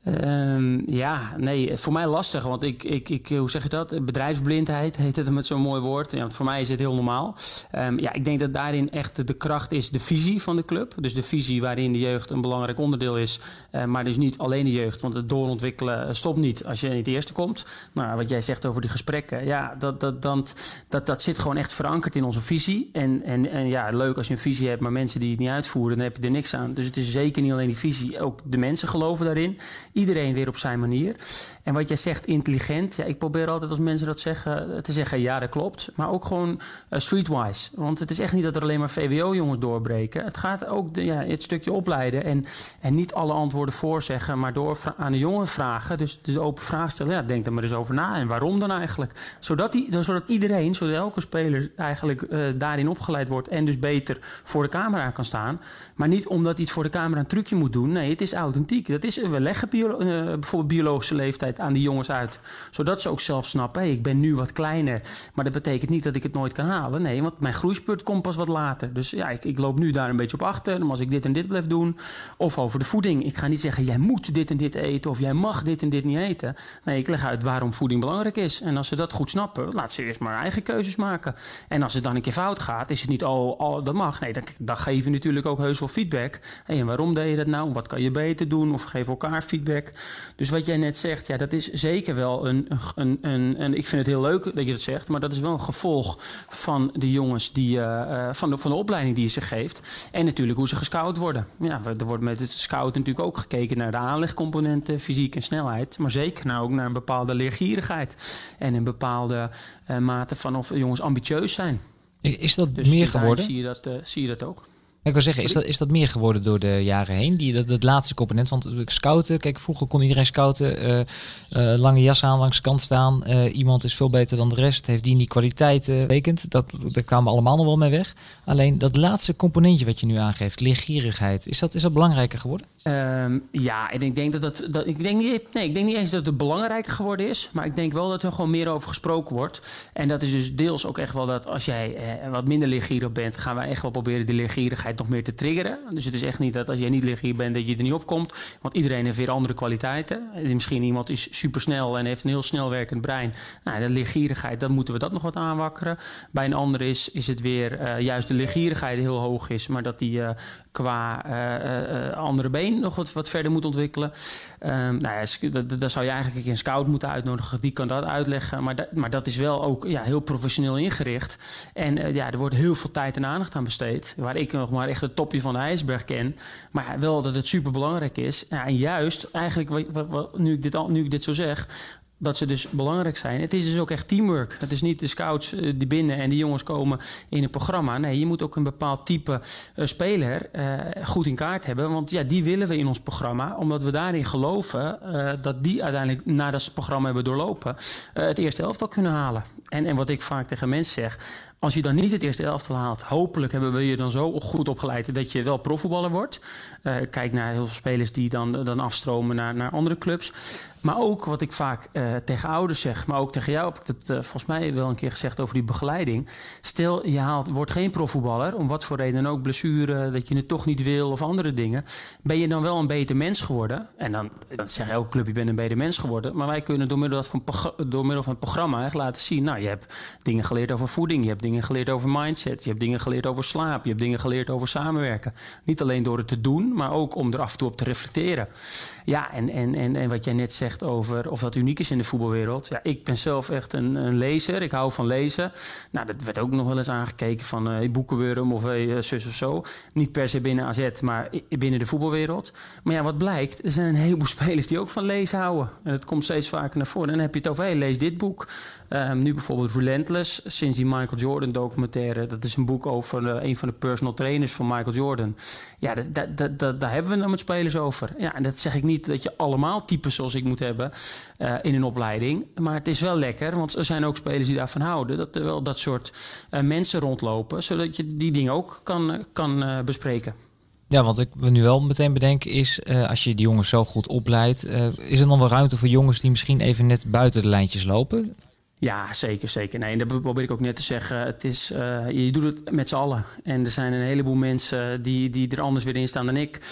Um, ja, nee, voor mij lastig, want ik, ik, ik, hoe zeg je dat? Bedrijfsblindheid heet het met zo'n mooi woord. Ja, want voor mij is het heel normaal. Um, ja, ik denk dat daarin echt de kracht is de visie van de club. Dus de visie waarin de jeugd een belangrijk onderdeel is. Uh, maar dus niet alleen de jeugd, want het doorontwikkelen stopt niet als je in het eerste komt. Maar wat jij zegt over die gesprekken, ja, dat, dat, dat, dat, dat zit gewoon echt verankerd in onze visie. En, en, en ja, leuk als je een visie hebt, maar mensen die het niet uitvoeren, dan heb je er niks aan. Dus het is zeker niet alleen die visie, ook de mensen geloven daarin. Iedereen weer op zijn manier. En wat jij zegt, intelligent. Ja, ik probeer altijd als mensen dat zeggen, te zeggen, ja, dat klopt. Maar ook gewoon uh, streetwise. Want het is echt niet dat er alleen maar V W O-jongens doorbreken. Het gaat ook de, ja, het stukje opleiden. En, en niet alle antwoorden voorzeggen, maar door aan de jongen vragen. Dus de open vraag stellen. Ja, denk er maar eens over na. En waarom dan eigenlijk? Zodat, die, zodat iedereen, zodat elke speler eigenlijk uh, daarin opgeleid wordt. En dus beter voor de camera kan staan. Maar niet omdat iets voor de camera een trucje moet doen. Nee, het is authentiek. Dat is, we leggen bio- uh, bijvoorbeeld biologische leeftijd aan die jongens uit. Zodat ze ook zelf snappen, hey, ik ben nu wat kleiner. Maar dat betekent niet dat ik het nooit kan halen. Nee, want mijn groeispurt komt pas wat later. Dus ja, ik, ik loop nu daar een beetje op achter. Maar als ik dit en dit blijf doen. Of over de voeding. Ik ga niet zeggen, jij moet dit en dit eten. Of jij mag dit en dit niet eten. Nee, ik leg uit waarom voeding belangrijk is. En als ze dat goed snappen, laat ze eerst maar eigen keuzes maken. En als het dan een keer fout gaat, is het niet, oh, oh dat mag. Nee, dan, dan geef je natuurlijk ook heus wel feedback. Hey, en waarom deed je dat nou? Wat kan je beter doen? Of geef elkaar feedback. Dus wat jij net zegt, ja, dat is zeker wel een, een, een, een... Ik vind het heel leuk dat je dat zegt, maar dat is wel een gevolg van de jongens die, uh, van, de, van de opleiding die je ze geeft. En natuurlijk hoe ze gescout worden. Ja, er wordt met het scout natuurlijk ook gekeken naar de aanlegcomponenten, fysiek en snelheid. Maar zeker nou ook naar een bepaalde leergierigheid. En een bepaalde uh, mate van of jongens ambitieus zijn. Is dat dus meer geworden? Zie je dat, uh, zie je dat ook. Ik wil zeggen, is dat, is dat meer geworden door de jaren heen? Die, dat, dat laatste component, want scouten, kijk, vroeger kon iedereen scouten, uh, uh, lange jas aan, langs de kant staan. Uh, iemand is veel beter dan de rest, heeft die en die kwaliteiten betekend. Dat, daar kwamen we allemaal nog wel mee weg. Alleen dat laatste componentje wat je nu aangeeft, leergierigheid, is dat, is dat belangrijker geworden? Um, ja, en ik denk dat dat, dat ik denk niet, nee, ik denk niet eens dat het belangrijker geworden is, maar ik denk wel dat er gewoon meer over gesproken wordt. En dat is dus deels ook echt wel dat als jij eh, wat minder leergierig bent, gaan wij echt wel proberen die leergierigheid nog meer te triggeren. Dus het is echt niet dat als jij niet leergierig bent dat je er niet op komt, want iedereen heeft weer andere kwaliteiten. Misschien iemand is supersnel en heeft een heel snel werkend brein. Nou, de leergierigheid, dan moeten we dat nog wat aanwakkeren. Bij een ander is, is het weer uh, juist de leergierigheid heel hoog is, maar dat die uh, qua uh, uh, andere been nog wat, wat verder moet ontwikkelen. Um, nou ja, daar zou je eigenlijk een scout moeten uitnodigen. Die kan dat uitleggen. Maar, da, maar dat is wel ook ja, heel professioneel ingericht. En uh, ja, er wordt heel veel tijd en aandacht aan besteed. Waar ik nog maar echt het topje van de ijsberg ken. Maar wel dat het super belangrijk is. Ja, en juist, eigenlijk, wat, wat, nu, ik dit al, nu ik dit zo zeg, dat ze dus belangrijk zijn. Het is dus ook echt teamwork. Het is niet de scouts uh, die binnen en die jongens komen in een programma. Nee, je moet ook een bepaald type uh, speler uh, goed in kaart hebben. Want ja, die willen we in ons programma. Omdat we daarin geloven uh, dat die uiteindelijk, nadat ze het programma hebben doorlopen, uh, het eerste elftal kunnen halen. En, en wat ik vaak tegen mensen zeg, als je dan niet het eerste elftal haalt, hopelijk hebben we je dan zo goed opgeleid dat je wel profvoetballer wordt. Uh, kijk naar heel veel spelers die dan, dan afstromen naar, naar andere clubs. Maar ook wat ik vaak uh, tegen ouders zeg, maar ook tegen jou heb ik het uh, volgens mij wel een keer gezegd over die begeleiding. Stel, je haalt, wordt geen profvoetballer, om wat voor reden dan ook, blessure, dat je het toch niet wil of andere dingen. Ben je dan wel een beter mens geworden? En dan, dan zegt elke club, je bent een beter mens geworden. Maar wij kunnen door middel van, door middel van het programma echt laten zien, nou, je hebt dingen geleerd over voeding, je hebt dingen dingen geleerd over mindset. Je hebt dingen geleerd over slaap. Je hebt dingen geleerd over samenwerken. Niet alleen door het te doen, maar ook om er af en toe op te reflecteren. Ja, en, en, en, en wat jij net zegt over of dat uniek is in de voetbalwereld. Ja, ik ben zelf echt een, een lezer. Ik hou van lezen. Nou, dat werd ook nog wel eens aangekeken van uh, boekenwurm of uh, zus of zo. Niet per se binnen A Z, maar binnen de voetbalwereld. Maar ja, wat blijkt, er zijn een heleboel spelers die ook van lezen houden. En dat komt steeds vaker naar voren. En dan heb je het over, hey, lees dit boek. Um, nu bijvoorbeeld Relentless, sinds die Michael Jordan documentaire. Dat is een boek over uh, een van de personal trainers van Michael Jordan. Ja, dat, dat, dat, dat, daar hebben we dan met spelers over. Ja, en dat zeg ik niet dat je allemaal types zoals ik moet hebben uh, in een opleiding. Maar het is wel lekker, want er zijn ook spelers die daarvan houden. Dat er wel dat soort uh, mensen rondlopen, zodat je die dingen ook kan, kan uh, bespreken. Ja, wat ik me nu wel meteen bedenk is, uh, als je die jongens zo goed opleidt, uh, is er nog wel ruimte voor jongens die misschien even net buiten de lijntjes lopen? Ja, zeker, zeker. Nee, dat probeer ik ook net te zeggen. Het is, uh, je doet het met z'n allen. En er zijn een heleboel mensen die, die er anders weer in staan dan ik.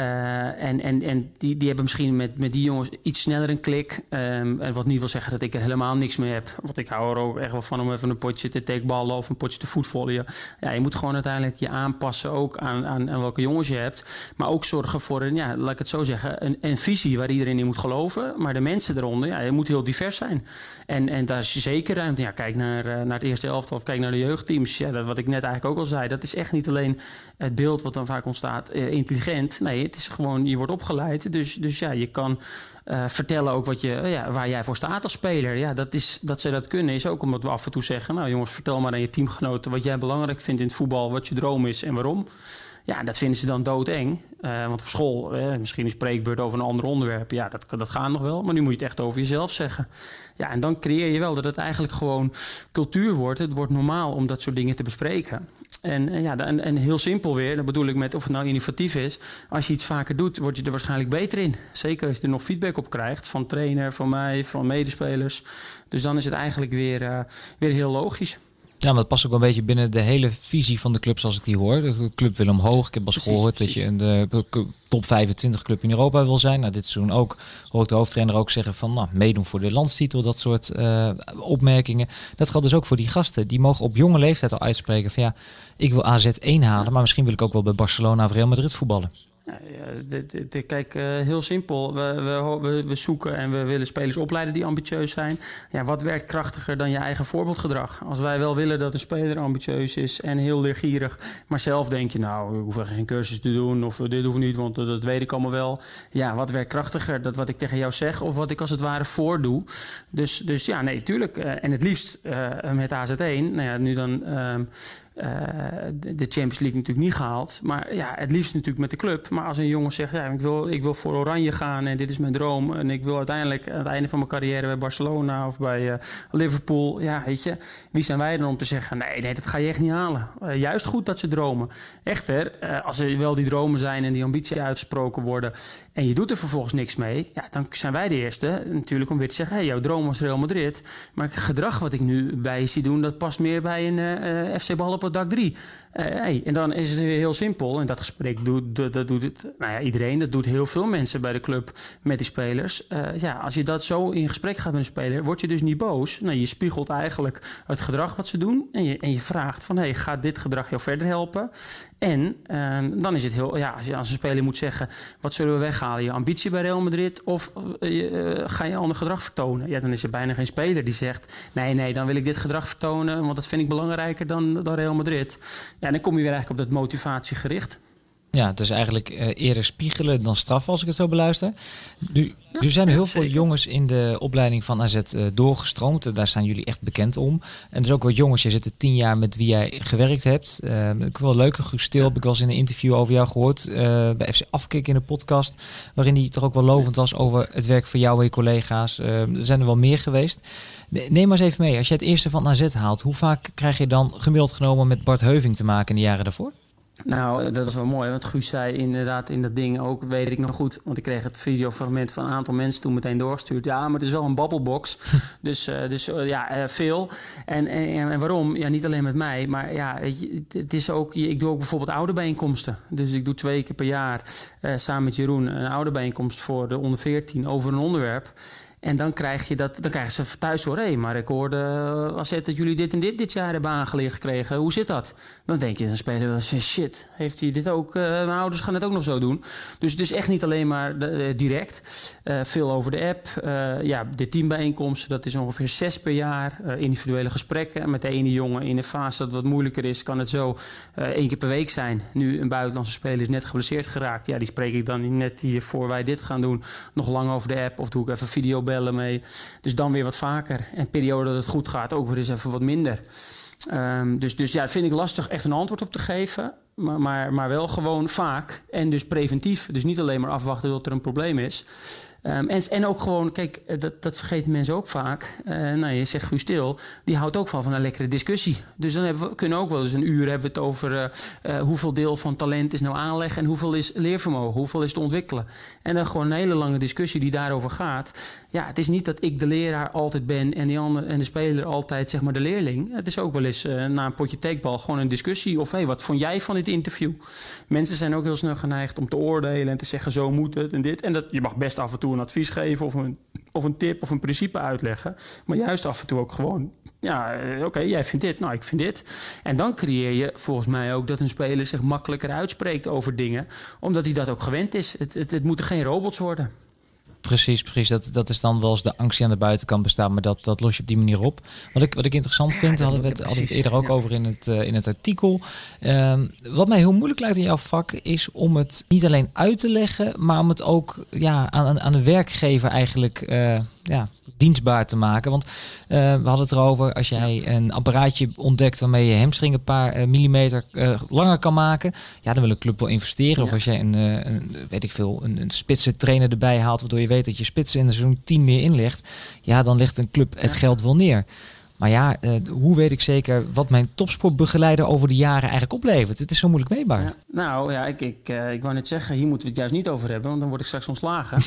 Uh, en en, en die, die hebben misschien met, met die jongens iets sneller een klik. Um, en wat niet wil zeggen dat ik er helemaal niks mee heb. Want ik hou er ook echt wel van om even een potje te takeballen of een potje te voetvolleyen. Ja, je moet gewoon uiteindelijk je aanpassen ook aan, aan, aan welke jongens je hebt. Maar ook zorgen voor een, ja, laat ik het zo zeggen, een, een visie waar iedereen in moet geloven. Maar de mensen eronder, ja, je moet heel divers zijn. En, en daar is zeker ruimte. Ja, kijk naar, uh, naar het eerste elftal of kijk naar de jeugdteams. Ja, dat, wat ik net eigenlijk ook al zei, dat is echt niet alleen het beeld wat dan vaak ontstaat, uh, intelligent. Nee, het is gewoon, je wordt opgeleid. Dus, dus ja, je kan uh, vertellen ook wat je, uh, ja, waar jij voor staat als speler. Ja, dat, is, dat ze dat kunnen is ook omdat we af en toe zeggen, nou jongens, vertel maar aan je teamgenoten wat jij belangrijk vindt in het voetbal, wat je droom is en waarom. Ja, dat vinden ze dan doodeng. Uh, want op school, eh, misschien een spreekbeurt over een ander onderwerp. Ja, dat, dat gaat nog wel. Maar nu moet je het echt over jezelf zeggen. Ja, en dan creëer je wel dat het eigenlijk gewoon cultuur wordt. Het wordt normaal om dat soort dingen te bespreken. En, en, ja, en, en heel simpel weer, dat bedoel ik met of het nou innovatief is. Als je iets vaker doet, word je er waarschijnlijk beter in. Zeker als je er nog feedback op krijgt van trainer, van mij, van medespelers. Dus dan is het eigenlijk weer, uh, weer heel logisch. Ja, maar dat past ook wel een beetje binnen de hele visie van de club zoals ik die hoor. De club wil omhoog. Ik heb al gehoord precies. dat je een de top vijfentwintig club in Europa wil zijn. Nou, dit seizoen ook hoor ik de hoofdtrainer ook zeggen van nou, meedoen voor de landstitel. Dat soort uh, opmerkingen. Dat geldt dus ook voor die gasten. Die mogen op jonge leeftijd al uitspreken van ja, ik wil A Z één halen. Maar misschien wil ik ook wel bij Barcelona of Real Madrid voetballen. Ja, dit, dit, kijk, uh, heel simpel. We, we, we zoeken en we willen spelers opleiden die ambitieus zijn. Ja, wat werkt krachtiger dan je eigen voorbeeldgedrag? Als wij wel willen dat een speler ambitieus is en heel leergierig, maar zelf denk je, nou, we hoeven geen cursus te doen of dit hoeft niet, want dat weet ik allemaal wel. Ja, wat werkt krachtiger? Dat wat ik tegen jou zeg of wat ik als het ware voordoe? Dus, dus ja, nee, tuurlijk. Uh, en het liefst uh, met A Z één. Nou ja, nu dan Uh, Uh, de Champions League natuurlijk niet gehaald. Maar ja, het liefst natuurlijk met de club. Maar als een jongen zegt, ja, ik wil, ik wil voor Oranje gaan en dit is mijn droom. En ik wil uiteindelijk aan het einde van mijn carrière bij Barcelona of bij uh, Liverpool. Ja, weet je, wie zijn wij dan om te zeggen, nee, nee, dat ga je echt niet halen. Uh, juist goed dat ze dromen. Echter, uh, als er wel die dromen zijn en die ambitie uitgesproken worden en je doet er vervolgens niks mee, ja, dan zijn wij de eerste natuurlijk om weer te zeggen, hey, jouw droom was Real Madrid. Maar het gedrag wat ik nu bij je zie doen, dat past meer bij een uh, F C Bal op dak drie. Uh, hey, en dan is het heel simpel. En dat gesprek doet, dat, dat doet het, nou ja, iedereen. Dat doet heel veel mensen bij de club met die spelers. Uh, ja, als je dat zo in gesprek gaat met een speler, word je dus niet boos. Nou, je spiegelt eigenlijk het gedrag wat ze doen. En je, en je vraagt van, hey, gaat dit gedrag jou verder helpen? En uh, dan is het heel, ja, als je als een speler moet zeggen, wat zullen we weghalen? Je ambitie bij Real Madrid of uh, uh, ga je ander gedrag vertonen? Ja, dan is er bijna geen speler die zegt, nee, nee, dan wil ik dit gedrag vertonen, want dat vind ik belangrijker dan, dan Real Madrid. Ja, dan kom je weer eigenlijk op dat motivatiegericht. Ja, het is eigenlijk uh, eerder spiegelen dan straffen als ik het zo beluister. Nu, nu zijn er heel veel jongens in de opleiding van A Z uh, doorgestroomd. Daar staan jullie echt bekend om. En er is ook wat jongens, je zit er tien jaar met wie jij gewerkt hebt. Uh, ik wel leuke Guus Stil heb ik wel eens in een interview over jou gehoord. Uh, bij F C Afkik in de podcast. Waarin hij toch ook wel lovend was over het werk van jou en je collega's. Uh, er zijn er wel meer geweest. Neem maar eens even mee. Als je het eerste van A Z haalt, hoe vaak krijg je dan gemiddeld genomen met Bart Heuving te maken in de jaren daarvoor? Nou, dat was wel mooi, want Guus zei inderdaad in dat ding ook, weet ik nog goed, want ik kreeg het videofragment van een aantal mensen toen meteen doorgestuurd. Ja, maar het is wel een babbelbox, dus, uh, dus uh, ja, uh, veel. En, en, en waarom? Ja, niet alleen met mij, maar ja, weet je, het is ook, ik doe ook bijvoorbeeld ouderbijeenkomsten. Dus ik doe twee keer per jaar uh, samen met Jeroen een ouderbijeenkomst voor de onder veertien over een onderwerp. En dan krijg je dat, dan krijgen ze thuis hoor, hé, hey, maar ik hoorde uh, A Z dat jullie dit en dit dit jaar hebben aangeleerd gekregen. Hoe zit dat? Dan denk je, dan spelen wel eens, shit, heeft hij dit ook? Uh, mijn ouders gaan het ook nog zo doen. Dus het is echt niet alleen maar de, uh, direct. Uh, veel over de app. Uh, ja, de teambijeenkomsten, dat is ongeveer zes per jaar. Uh, individuele gesprekken met de ene jongen in een fase dat het wat moeilijker is. Kan het zo uh, één keer per week zijn. Nu een buitenlandse speler is net geblesseerd geraakt. Ja, die spreek ik dan net hier voor wij dit gaan doen. Nog lang over de app of doe ik even videobellen mee. Dus dan weer wat vaker. En periode dat het goed gaat ook weer eens even wat minder. Um, dus, dus ja, dat vind ik lastig echt een antwoord op te geven. Maar, maar, maar wel gewoon vaak. En dus preventief. Dus niet alleen maar afwachten tot er een probleem is. Um, en, en ook gewoon, kijk, dat, dat vergeten mensen ook vaak. Uh, nou, je zegt Guus Til, die houdt ook van, van een lekkere discussie. Dus dan hebben we, kunnen ook wel eens een uur hebben we het over uh, uh, hoeveel deel van talent is nou aanleg en hoeveel is leervermogen, hoeveel is te ontwikkelen. En dan gewoon een hele lange discussie die daarover gaat. Ja, het is niet dat ik de leraar altijd ben en, die andere, en de speler altijd zeg maar de leerling. Het is ook wel eens uh, na een potje teekbal gewoon een discussie. Of hé, hey, wat vond jij van dit interview? Mensen zijn ook heel snel geneigd om te oordelen en te zeggen zo moet het en dit. En dat, je mag best af en toe een advies geven of een, of een tip of een principe uitleggen. Maar juist af en toe ook gewoon, ja, oké, okay, jij vindt dit, nou, ik vind dit. En dan creëer je volgens mij ook dat een speler zich makkelijker uitspreekt over dingen, omdat hij dat ook gewend is. Het, het, het moeten geen robots worden. Precies, precies. Dat, dat is dan wel eens de angst die aan de buitenkant bestaat, maar dat, dat los je op die manier op. Wat ik, wat ik interessant vind, ja, hadden we het, hadden we het eerder ook ja. over in het, uh, in het artikel. Um, wat mij heel moeilijk lijkt in jouw vak is om het niet alleen uit te leggen, maar om het ook ja, aan, aan de werkgever eigenlijk uh, ja, dienstbaar te maken. Want uh, we hadden het erover, als jij een apparaatje ontdekt waarmee je hamstring een paar uh, millimeter uh, langer kan maken, ja, dan wil een club wel investeren. Ja. Of als jij een, uh, een, weet ik veel, een, een spitse trainer erbij haalt, waardoor je weet dat je spitsen in de seizoen tien meer inlegt, ja, dan legt een club het geld wel neer. Maar ja, uh, hoe weet ik zeker wat mijn topsportbegeleider over de jaren eigenlijk oplevert? Het is zo moeilijk meetbaar. Ja, nou ja, ik, ik, uh, ik wou net zeggen, hier moeten we het juist niet over hebben, want dan word ik straks ontslagen.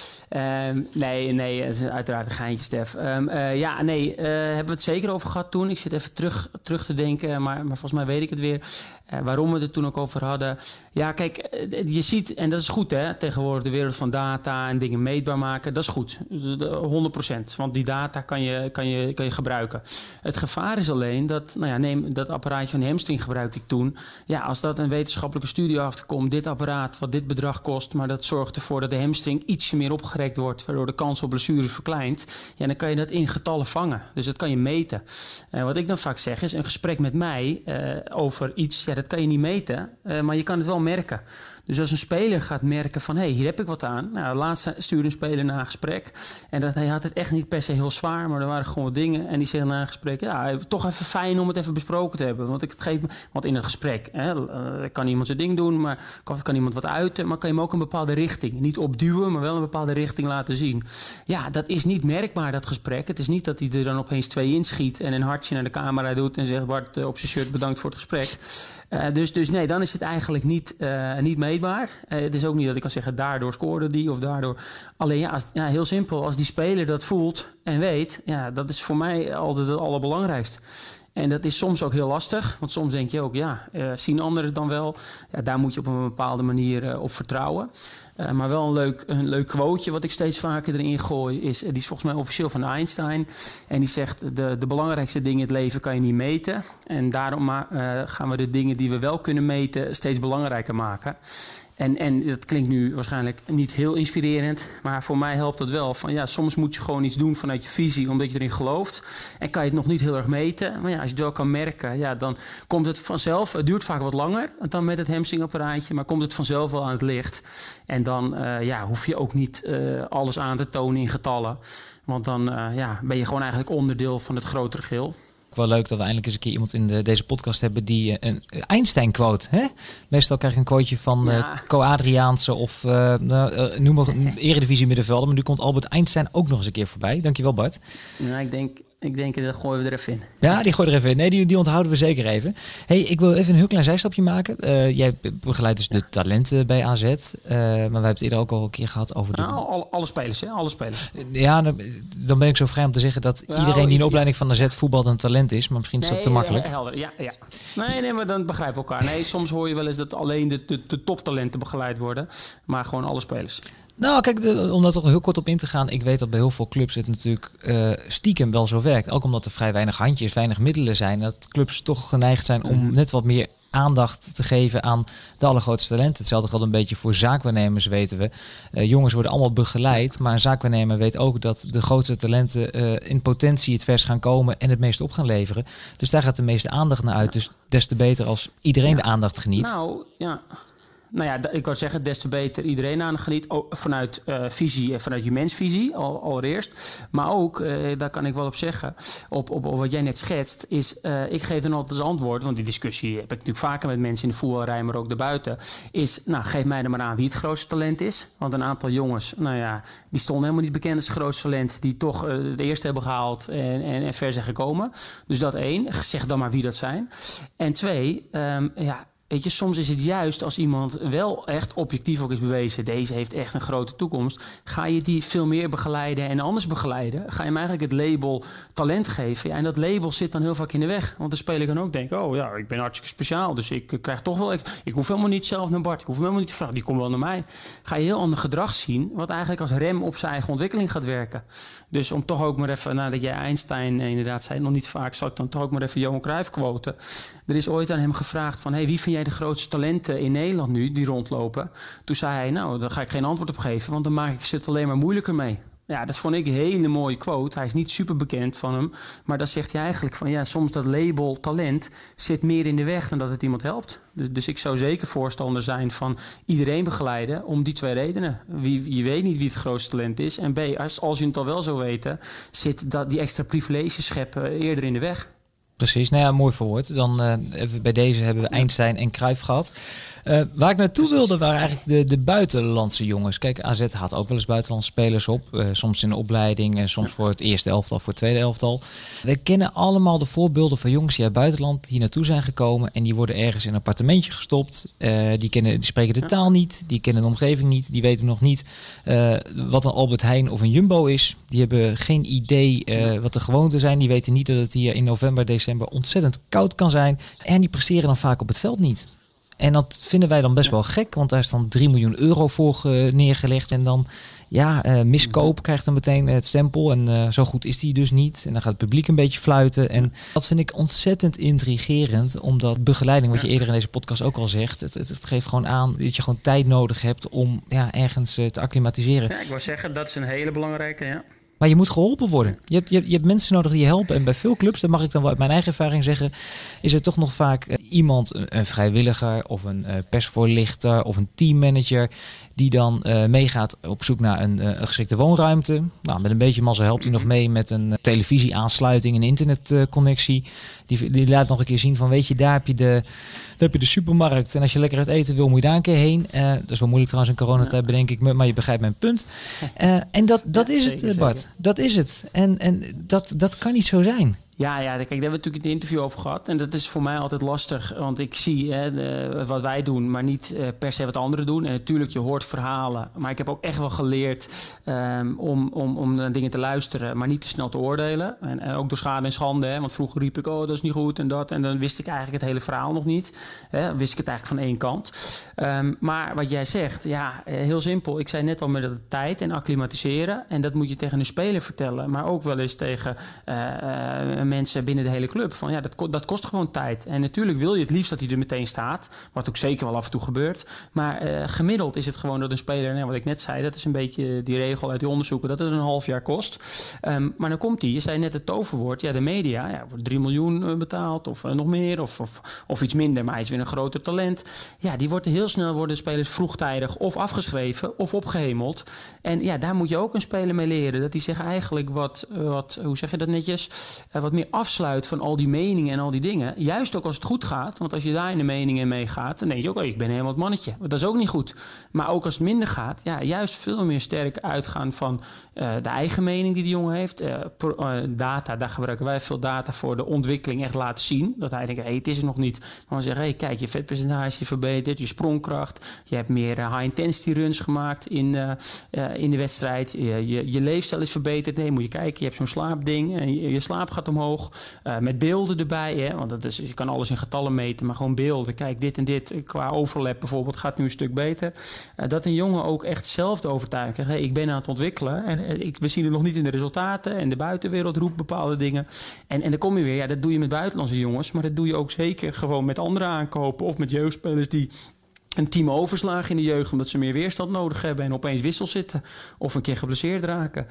Um, nee, nee, dat is uiteraard een geintje, Stef. Um, uh, ja, nee, uh, hebben we het zeker over gehad toen. Ik zit even terug, terug te denken, maar, maar volgens mij weet ik het weer. Uh, waarom we het toen ook over hadden. Ja, kijk, je ziet, en dat is goed hè, tegenwoordig de wereld van data en dingen meetbaar maken, dat is goed. honderd procent, want die data kan je, kan je, kan je gebruiken. Het gevaar is alleen dat, nou ja, neem dat apparaatje van de hamstring gebruikte ik toen. Ja, als dat een wetenschappelijke studie achterkomt, dit apparaat wat dit bedrag kost, maar dat zorgt ervoor dat de hamstring ietsje meer opgerekt wordt, waardoor de kans op blessures verkleint. Ja, dan kan je dat in getallen vangen. Dus dat kan je meten. Uh, wat ik dan vaak zeg is, een gesprek met mij uh, over iets, ja, dat kan je niet meten, uh, maar je kan het wel merken. Dus als een speler gaat merken van, hé, hey, hier heb ik wat aan. Nou, laatst stuurde een speler na een gesprek. En dat, hij had het echt niet per se heel zwaar, maar er waren gewoon dingen. En die zeggen na een gesprek, ja, toch even fijn om het even besproken te hebben. Want ik het geef me, want in het gesprek hè, uh, kan iemand zijn ding doen, maar kan, kan iemand wat uiten. Maar kan je hem ook een bepaalde richting, niet opduwen, maar wel een bepaalde richting laten zien. Ja, dat is niet merkbaar, dat gesprek. Het is niet dat hij er dan opeens twee inschiet en een hartje naar de camera doet en zegt, Bart, uh, op zijn shirt bedankt voor het gesprek. Uh, dus, dus nee, dan is het eigenlijk niet, uh, niet meetbaar. Uh, het is ook niet dat ik kan zeggen, daardoor scoorde die of daardoor. Alleen ja, als, ja, heel simpel, als die speler dat voelt en weet, ja, dat is voor mij altijd het allerbelangrijkste. En dat is soms ook heel lastig, want soms denk je ook, ja, uh, zien anderen het dan wel? Ja, daar moet je op een bepaalde manier uh, op vertrouwen. Uh, maar wel een leuk, een leuk quoteje wat ik steeds vaker erin gooi, is, die is volgens mij officieel van Einstein. En die zegt, de, de belangrijkste dingen in het leven kan je niet meten. En daarom uh, gaan we de dingen die we wel kunnen meten steeds belangrijker maken. En, en dat klinkt nu waarschijnlijk niet heel inspirerend, maar voor mij helpt dat wel. Van, ja, soms moet je gewoon iets doen vanuit je visie, omdat je erin gelooft. En kan je het nog niet heel erg meten. Maar ja, als je het wel kan merken, ja, dan komt het vanzelf. Het duurt vaak wat langer dan met het hamstringapparaatje, maar komt het vanzelf wel aan het licht. En dan uh, ja, hoef je ook niet uh, alles aan te tonen in getallen. Want dan uh, ja, ben je gewoon eigenlijk onderdeel van het grotere geheel. Wel leuk dat we eindelijk eens een keer iemand in de, deze podcast hebben die een Einstein-quote. Hè? Meestal krijg ik een quoteje van ja. uh, Co-Adriaanse of uh, uh, noem maar een eredivisie middenvelder. Maar nu komt Albert Einstein ook nog eens een keer voorbij. Dankjewel, Bart. Nou, ik denk... Ik denk, dat gooien we er even in. Ja, die gooien er even in. Nee, die, die onthouden we zeker even. Hey, ik wil even een heel klein zijstapje maken. Uh, jij begeleidt dus ja. de talenten bij A Z. Uh, maar we hebben het eerder ook al een keer gehad over de... Nou, alle, alle spelers, hè? Alle spelers. Ja, dan, dan ben ik zo vrij om te zeggen dat nou, iedereen die een opleiding van A Z voetbalt een talent is. Maar misschien is nee, dat te makkelijk. Helder. Ja, ja. Nee, nee, maar dan begrijpen we elkaar. Nee, soms hoor je wel eens dat alleen de, de, de toptalenten begeleid worden. Maar gewoon alle spelers. Nou, kijk, de, om daar toch heel kort op in te gaan. Ik weet dat bij heel veel clubs het natuurlijk uh, stiekem wel zo werkt. Ook omdat er vrij weinig handjes, weinig middelen zijn. Dat clubs toch geneigd zijn om mm-hmm. net wat meer aandacht te geven aan de allergrootste talenten. Hetzelfde geldt een beetje voor zaakwaarnemers, weten we. Uh, jongens worden allemaal begeleid, maar een zaakwaarnemer weet ook dat de grootste talenten uh, in potentie het vers gaan komen en het meeste op gaan leveren. Dus daar gaat de meeste aandacht naar uit. Dus des te beter als iedereen ja. de aandacht geniet. Nou, ja... Nou ja, ik wou zeggen, des te beter iedereen aan geniet. Vanuit uh, visie en vanuit je mensvisie al, allereerst. Maar ook, uh, daar kan ik wel op zeggen, op, op, op wat jij net schetst, is, uh, ik geef dan altijd als antwoord, want die discussie heb ik natuurlijk vaker met mensen in de voetbalrij, maar ook daarbuiten, is, nou, geef mij er maar aan wie het grootste talent is. Want een aantal jongens, nou ja, die stonden helemaal niet bekend als het grootste talent, die toch uh, de eerste hebben gehaald en, en, en ver zijn gekomen. Dus dat één, zeg dan maar wie dat zijn. En twee, um, ja, weet je, soms is het juist als iemand wel echt objectief ook is bewezen, deze heeft echt een grote toekomst, ga je die veel meer begeleiden en anders begeleiden. Ga je hem eigenlijk het label talent geven. Ja, en dat label zit dan heel vaak in de weg. Want de speler kan ook denken, oh ja, ik ben hartstikke speciaal, dus ik uh, krijg toch wel, ik, ik hoef helemaal niet zelf naar Bart, ik hoef hem helemaal niet te vragen, die komt wel naar mij. Ga je heel ander gedrag zien, wat eigenlijk als rem op zijn eigen ontwikkeling gaat werken. Dus om toch ook maar even, nadat jij Einstein uh, inderdaad zei, nog niet vaak, zal ik dan toch ook maar even Johan Cruijff quoten. Er is ooit aan hem gevraagd van, hey, wie vind jij de grootste talenten in Nederland nu die rondlopen? Toen zei hij, nou, daar ga ik geen antwoord op geven, want dan maak ik ze het alleen maar moeilijker mee. Ja, dat vond ik een hele mooie quote. Hij is niet super bekend van hem, maar dan zegt hij eigenlijk van, ja, soms dat label talent zit meer in de weg dan dat het iemand helpt. Dus, dus ik zou zeker voorstander zijn van iedereen begeleiden om die twee redenen. Wie, je weet niet wie het grootste talent is. En B, als, als je het al wel zou weten, zit dat, die extra privileges scheppen eerder in de weg. Precies, nou ja, mooi verwoord. Dan uh, even bij deze hebben we Einstein en Cruijff gehad. Uh, waar ik naartoe wilde waren eigenlijk de, de buitenlandse jongens. Kijk, A Z haalt ook wel eens buitenlandse spelers op. Uh, soms in de opleiding en soms voor het eerste elftal, voor het tweede elftal. We kennen allemaal de voorbeelden van jongens die uit het buitenland hier naartoe zijn gekomen. En die worden ergens in een appartementje gestopt. Uh, die, kennen, die spreken de taal niet, die kennen de omgeving niet. Die weten nog niet uh, wat een Albert Heijn of een Jumbo is. Die hebben geen idee uh, wat de gewoonten zijn. Die weten niet dat het hier in november, december ontzettend koud kan zijn. En die presteren dan vaak op het veld niet. En dat vinden wij dan best wel gek, want daar is dan drie miljoen euro voor uh, neergelegd. En dan, ja, uh, miskoop krijgt dan meteen het stempel. En uh, zo goed is die dus niet. En dan gaat het publiek een beetje fluiten. En dat vind ik ontzettend intrigerend, omdat begeleiding, wat je eerder in deze podcast ook al zegt, het, het, het geeft gewoon aan dat je gewoon tijd nodig hebt om ja, ergens uh, te acclimatiseren. Ja, ik wil zeggen, dat is een hele belangrijke, ja. Maar je moet geholpen worden. Je hebt, je, hebt, je hebt mensen nodig die je helpen. En bij veel clubs, dat mag ik dan wel uit mijn eigen ervaring zeggen, is er toch nog vaak uh, iemand, een, een vrijwilliger of een uh, persvoorlichter of een teammanager die dan uh, meegaat op zoek naar een, uh, een geschikte woonruimte. Nou, met een beetje mazzel helpt hij nog mee met een uh, televisieaansluiting, een internetconnectie. Uh, die, die laat nog een keer zien van, weet je, daar heb je de, daar heb je de supermarkt. En als je lekker uit eten wil, moet je daar een keer heen. Uh, dat is wel moeilijk trouwens in coronatijd, bedenk ik me, maar je begrijpt mijn punt. Uh, en dat, dat ja, is zeker, het, Bart. Zeker. Dat is het. En, en dat, dat kan niet zo zijn. Ja, ja, kijk, daar hebben we natuurlijk in het interview over gehad. En dat is voor mij altijd lastig, want ik zie hè, de, wat wij doen, maar niet uh, per se wat anderen doen. En natuurlijk, je hoort verhalen. Maar ik heb ook echt wel geleerd um, om, om, om naar dingen te luisteren, maar niet te snel te oordelen. En, en ook door schade en schande, hè, want vroeger riep ik, oh, dat is niet goed en dat. En dan wist ik eigenlijk het hele verhaal nog niet. Hè, wist ik het eigenlijk van één kant. Um, maar wat jij zegt, ja, heel simpel. Ik zei net al met de tijd en acclimatiseren. En dat moet je tegen een speler vertellen, maar ook wel eens tegen Uh, uh, mensen binnen de hele club. Van ja, dat, dat kost gewoon tijd. En natuurlijk wil je het liefst dat hij er meteen staat. Wat ook zeker wel af en toe gebeurt. Maar uh, gemiddeld is het gewoon dat een speler, nou, wat ik net zei, dat is een beetje die regel uit die onderzoeken, dat het een half jaar kost. Um, maar dan komt hij. Je zei net het toverwoord. Ja, de media. Ja, wordt drie miljoen betaald of uh, nog meer of, of, of iets minder. Maar hij is weer een groter talent. Ja, die wordt heel snel worden spelers vroegtijdig of afgeschreven of opgehemeld. En ja, daar moet je ook een speler mee leren. Dat hij zich eigenlijk wat, wat hoe zeg je dat netjes, uh, wat meer afsluit van al die meningen en al die dingen. Juist ook als het goed gaat. Want als je daar in de meningen mee gaat, dan denk je ook, oh, ik ben helemaal het mannetje. Dat is ook niet goed. Maar ook als het minder gaat, ja, juist veel meer sterk uitgaan van uh, de eigen mening die de jongen heeft. Uh, pro, uh, data, daar gebruiken wij veel data voor de ontwikkeling echt laten zien. Dat hij denkt, hé, hey, het is er nog niet. Maar we zeggen, hé, hey, kijk, je vetpercentage verbetert, je sprongkracht. Je hebt meer uh, high-intensity runs gemaakt in, uh, uh, in de wedstrijd. Je, je, je leefstijl is verbeterd. Nee, moet je kijken, je hebt zo'n slaapding en je, je slaap gaat omhoog. omhoog. Uh, met beelden erbij, hè, want dat is, je kan alles in getallen meten, maar gewoon beelden. Kijk, dit en dit, qua overlap bijvoorbeeld, gaat nu een stuk beter. Uh, dat een jongen ook echt zelf de overtuiging krijgt. Hey, ik ben aan het ontwikkelen en uh, ik, we zien het nog niet in de resultaten. En de buitenwereld roept bepaalde dingen. En, en dan kom je weer, ja, dat doe je met buitenlandse jongens, maar dat doe je ook zeker gewoon met andere aankopen of met jeugdspelers die een team overslagen in de jeugd omdat ze meer weerstand nodig hebben en opeens wissel zitten of een keer geblesseerd raken.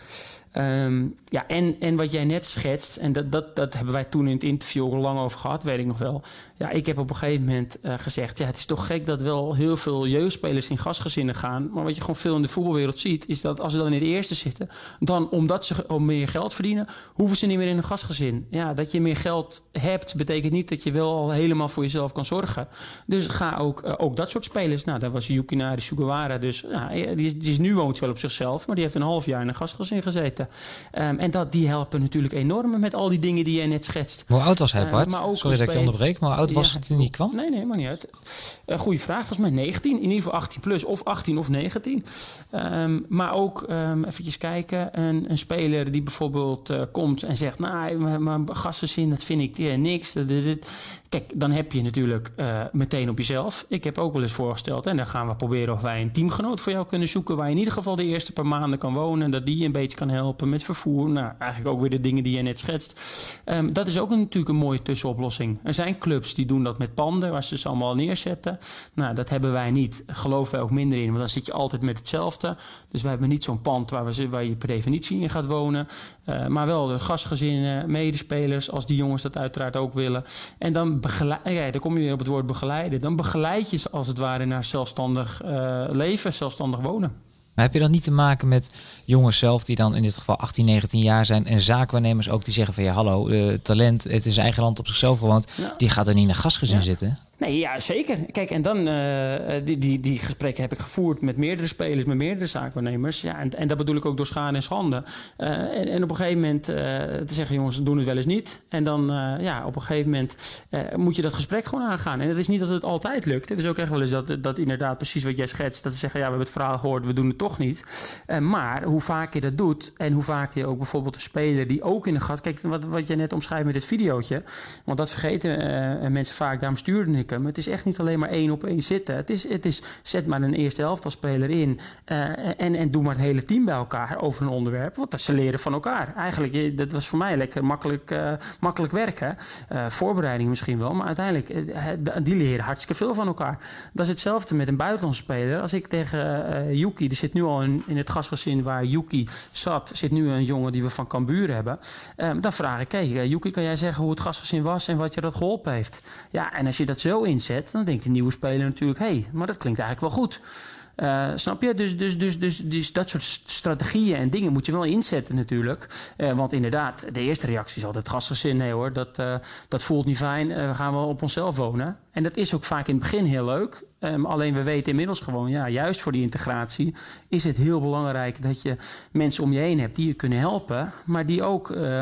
Um, ja, en, en wat jij net schetst, en dat, dat, dat hebben wij toen in het interview ook lang over gehad, weet ik nog wel. Ja, ik heb op een gegeven moment uh, gezegd, ja, het is toch gek dat wel heel veel jeugdspelers in gastgezinnen gaan. Maar wat je gewoon veel in de voetbalwereld ziet, is dat als ze dan in het eerste zitten, dan omdat ze om meer geld verdienen, hoeven ze niet meer in een gastgezin. Ja, dat je meer geld hebt, betekent niet dat je wel al helemaal voor jezelf kan zorgen. Dus ga ook, uh, ook dat soort spelers, nou, daar was Yukinari Sugawara dus, nou, die, is, die is nu woont wel op zichzelf, maar die heeft een half jaar in een gastgezin gezeten. Um, en dat, die helpen natuurlijk enorm met al die dingen die jij net schetst. Hoe oud was hij, Bart? Uh, Sorry dat ik je onderbreek, maar hoe oud was ja, het toen hij kwam? Nee, nee, maar niet uit. Uh, goeie vraag, volgens mij negentien. In ieder geval achttien plus, of achttien of negentien. Um, maar ook, um, eventjes kijken, een, een speler die bijvoorbeeld uh, komt en zegt, nou, mijn gastgezin, dat vind ik ja, niks. Dat, dat, dat. Kijk, dan heb je natuurlijk uh, meteen op jezelf. Ik heb ook wel eens voorgesteld, en dan gaan we proberen of wij een teamgenoot voor jou kunnen zoeken, waar je in ieder geval de eerste paar maanden kan wonen, dat die je een beetje kan helpen met vervoer. Nou, eigenlijk ook weer de dingen die je net schetst. Um, dat is ook een, natuurlijk een mooie tussenoplossing. Er zijn clubs die doen dat met panden, waar ze ze allemaal neerzetten. Nou, dat hebben wij niet. Geloven wij ook minder in, want dan zit je altijd met hetzelfde. Dus wij hebben niet zo'n pand waar, we, waar je per definitie in gaat wonen. Uh, maar wel de gastgezinnen, medespelers, als die jongens dat uiteraard ook willen. En dan begeleid, ja, dan kom je weer op het woord begeleiden. Dan begeleid je ze als het ware naar zelfstandig uh, leven, zelfstandig wonen. Maar heb je dan niet te maken met jongens zelf die dan in dit geval achttien, negentien jaar zijn en zaakwaarnemers ook die zeggen van ja, hallo, uh, talent, het is eigen land op zichzelf gewoond, ja. Die gaat er niet in een gastgezin ja. zitten? Nee, ja, zeker. Kijk, en dan, uh, die, die, die gesprekken heb ik gevoerd met meerdere spelers, met meerdere zaakwaarnemers. Ja, en, en dat bedoel ik ook door schade en schande. Uh, en, en op een gegeven moment uh, te zeggen, jongens, doen het wel eens niet. En dan, uh, ja, op een gegeven moment uh, moet je dat gesprek gewoon aangaan. En het is niet dat het altijd lukt. Het is ook echt wel eens dat, dat inderdaad precies wat jij schetst, dat ze zeggen, ja, we hebben het verhaal gehoord, we doen het toch niet. Uh, maar hoe vaak je dat doet en hoe vaak je ook bijvoorbeeld een speler die ook in de gat, kijk, wat, wat je net omschrijft met dit videootje, want dat vergeten uh, mensen vaak, daarom stuurde ik hem. Het is echt niet alleen maar één op één zitten. Het is, het is zet maar een eerste elftalspeler in uh, en, en doe maar het hele team bij elkaar over een onderwerp. Want dat ze leren van elkaar. Eigenlijk, dat was voor mij lekker makkelijk, uh, makkelijk werken. Uh, voorbereiding misschien wel, maar uiteindelijk, uh, die leren hartstikke veel van elkaar. Dat is hetzelfde met een buitenlandse speler. Als ik tegen uh, Yuki, er zit nu al in, in het gastgezin waar Yuki zat, zit nu een jongen die we van Cambuur hebben. Uh, dan vraag ik, hey, uh, Yuki, kan jij zeggen hoe het gastgezin was en wat je dat geholpen heeft? Ja, en als je dat zo inzet, dan denkt de nieuwe speler natuurlijk, hé, hey, maar dat klinkt eigenlijk wel goed. Uh, snap je? Dus, dus, dus, dus, dus dat soort strategieën en dingen moet je wel inzetten natuurlijk. Uh, want inderdaad, de eerste reactie is altijd gastgezin. Nee hoor, dat, uh, dat voelt niet fijn. Uh, we gaan wel op onszelf wonen. En dat is ook vaak in het begin heel leuk. Um, alleen we weten inmiddels gewoon, ja, juist voor die integratie is het heel belangrijk dat je mensen om je heen hebt die je kunnen helpen. Maar die ook, uh,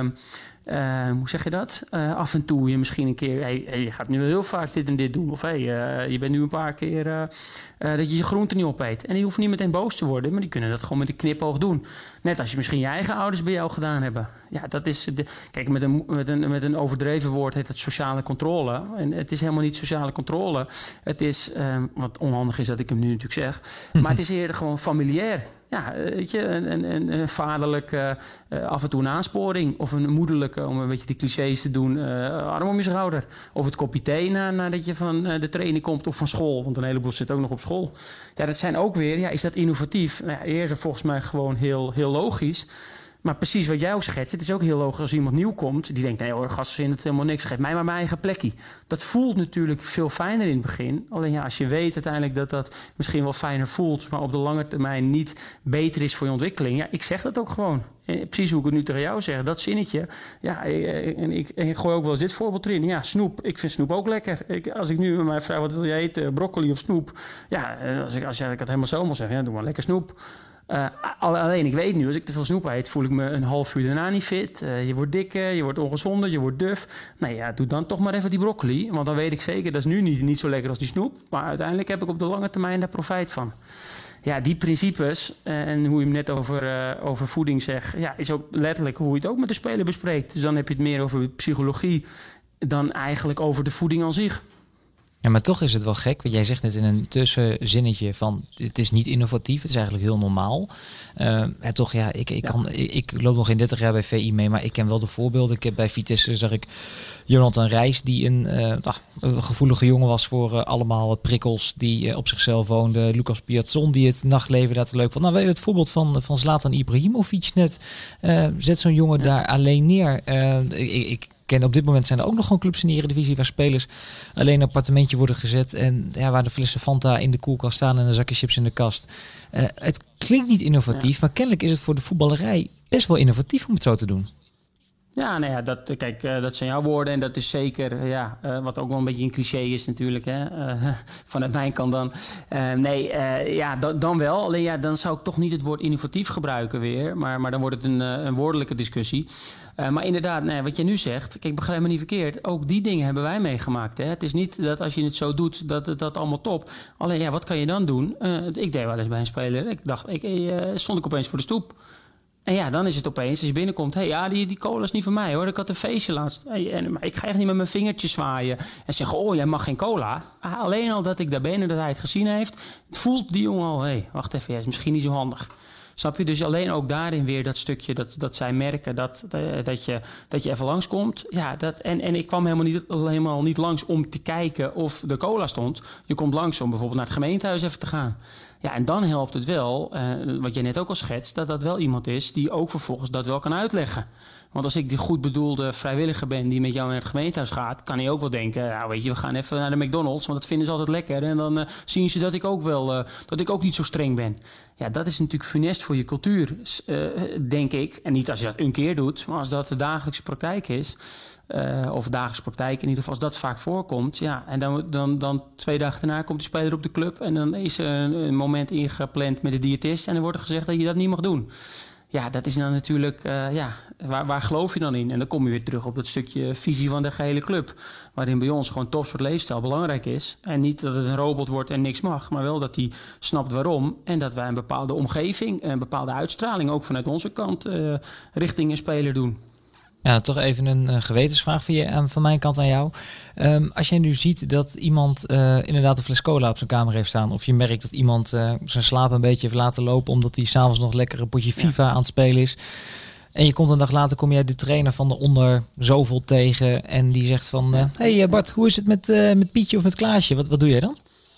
uh, hoe zeg je dat? Uh, af en toe je misschien een keer, hey, hey, je gaat nu heel vaak dit en dit doen. Of hey, uh, je bent nu een paar keer uh, uh, dat je je groenten niet opeet. En die hoeven niet meteen boos te worden, maar die kunnen dat gewoon met een knipoog doen. Net als je misschien je eigen ouders bij jou gedaan hebben. Ja, dat is de, kijk, met een, met, een, met een overdreven woord heet het sociale controle. En het is helemaal niet sociale controle. Het is, um, wat onhandig is dat ik hem nu natuurlijk zeg, maar het is eerder gewoon familiair. Ja, weet je, een, een, een vaderlijke, uh, af en toe een aansporing. Of een moederlijke, om een beetje die clichés te doen, uh, arm om je schouder. Of het kopje thee na, nadat je van uh, de training komt of van school. Want een heleboel zit ook nog op school. Ja, dat zijn ook weer, ja, is dat innovatief? Nou ja, eerder volgens mij gewoon heel, heel logisch. Maar precies wat jij ook schetst, het is ook heel logisch als iemand nieuw komt, die denkt, nee hoor, gasten het helemaal niks, geef mij maar mijn eigen plekje. Dat voelt natuurlijk veel fijner in het begin. Alleen ja, als je weet uiteindelijk dat dat misschien wel fijner voelt, maar op de lange termijn niet beter is voor je ontwikkeling. Ja, ik zeg dat ook gewoon. En precies hoe ik het nu tegen jou zeg, dat zinnetje. Ja, en ik, en ik gooi ook wel eens dit voorbeeld erin. Ja, snoep. Ik vind snoep ook lekker. Ik, als ik nu met mijn vrouw, wat wil je eten? Broccoli of snoep? Ja, als ik, als ik het helemaal zo moet zeggen, ja, doe maar lekker snoep. Uh, alleen, ik weet nu, als ik te veel snoep eet, voel ik me een half uur daarna niet fit. Uh, je wordt dikker, je wordt ongezonder, je wordt duf. Nou ja, doe dan toch maar even die broccoli. Want dan weet ik zeker, dat is nu niet, niet zo lekker als die snoep. Maar uiteindelijk heb ik op de lange termijn daar profijt van. ja, die principes uh, en hoe je hem net over, uh, over voeding zegt... Ja, is ook letterlijk hoe je het ook met de speler bespreekt. Dus dan heb je het meer over psychologie dan eigenlijk over de voeding aan zich. Ja, maar toch is het wel gek, want jij zegt net in een tussenzinnetje van het is niet innovatief, het is eigenlijk heel normaal. Uh, en toch, ja, ik, ik, kan, ik, ik loop nog geen dertig jaar bij V I mee, maar ik ken wel de voorbeelden. Ik heb bij Vitesse, zag ik Jonathan Reis, die een, uh, ah, een gevoelige jongen was voor uh, allemaal prikkels, die uh, op zichzelf woonde. Lucas Piazzon, die het nachtleven dat leuk vond. Nou, we hebben het voorbeeld van, van Zlatan Ibrahimovic net. Uh, zet zo'n jongen ja. daar alleen neer. Uh, ik, ik ken op dit moment zijn er ook nog gewoon clubs in de Eredivisie waar spelers alleen een appartementje worden gezet en ja, waar de flessen Fanta in de koelkast staan en een zakje chips in de kast. Uh, het klinkt niet innovatief, ja. maar kennelijk is het voor de voetballerij best wel innovatief om het zo te doen. Ja, nou ja, dat, kijk, uh, dat zijn jouw woorden en dat is zeker, ja, uh, wat ook wel een beetje een cliché is natuurlijk, hè, uh, vanuit mijn kant dan. Uh, nee, uh, ja, dan, dan wel. Alleen ja, dan zou ik toch niet het woord innovatief gebruiken weer, maar, maar dan wordt het een, uh, een woordelijke discussie. Uh, maar inderdaad, nee, wat je nu zegt, kijk, begrijp me niet verkeerd, ook die dingen hebben wij meegemaakt. Hè? Het is niet dat als je het zo doet, dat het dat allemaal top. Alleen ja, wat kan je dan doen? Uh, ik deed wel eens bij een speler, ik dacht, ik, uh, stond ik opeens voor de stoep. En ja, dan is het opeens, als je binnenkomt... hé, hey, ja, die, die cola is niet voor mij, hoor. Ik had een feestje laatst. Hey, en, maar ik ga echt niet met mijn vingertjes zwaaien... en zeggen, oh, jij mag geen cola. Ah, alleen al dat ik daar ben en dat hij het gezien heeft... voelt die jongen al, hé, hey, wacht even, ja, is misschien niet zo handig. Snap je? Dus alleen ook daarin weer dat stukje... dat, dat zij merken dat, dat, je, dat je even langskomt. Ja, dat, en, en ik kwam helemaal niet, helemaal niet langs om te kijken of de cola stond. Je komt langs om bijvoorbeeld naar het gemeentehuis even te gaan... Ja, en dan helpt het wel, uh, wat jij net ook al schetst... dat dat wel iemand is die ook vervolgens dat wel kan uitleggen. Want als ik die goed bedoelde vrijwilliger ben die met jou naar het gemeentehuis gaat... kan hij ook wel denken, nou weet je, we gaan even naar de McDonald's... want dat vinden ze altijd lekker. En dan uh, zien ze dat ik ook wel, uh, dat ik ook niet zo streng ben. Ja, dat is natuurlijk funest voor je cultuur, uh, denk ik. En niet als je dat een keer doet, maar als dat de dagelijkse praktijk is... Uh, of dagelijkse praktijk, in ieder geval als dat vaak voorkomt. Ja, en dan, dan, dan twee dagen daarna komt de speler op de club... en dan is er een, een moment ingepland met de diëtist... en dan wordt er gezegd dat je dat niet mag doen. Ja, dat is dan natuurlijk... Uh, ja, waar, waar geloof je dan in? En dan kom je weer terug op dat stukje visie van de gehele club... waarin bij ons gewoon topsport leefstijl belangrijk is. En niet dat het een robot wordt en niks mag... maar wel dat hij snapt waarom... en dat wij een bepaalde omgeving... een bepaalde uitstraling ook vanuit onze kant... Uh, richting een speler doen. Ja, toch even een uh, gewetensvraag van, je, aan, van mijn kant aan jou. Um, als jij nu ziet dat iemand uh, inderdaad een fles cola op zijn kamer heeft staan... of je merkt dat iemand uh, zijn slaap een beetje heeft laten lopen... omdat hij s'avonds nog lekker een potje FIFA ja. aan het spelen is... en je komt een dag later, kom jij de trainer van de onder zoveel tegen... en die zegt van, uh, hey Bart, hoe is het met, uh, met Pietje of met Klaasje? Wat, wat doe jij dan?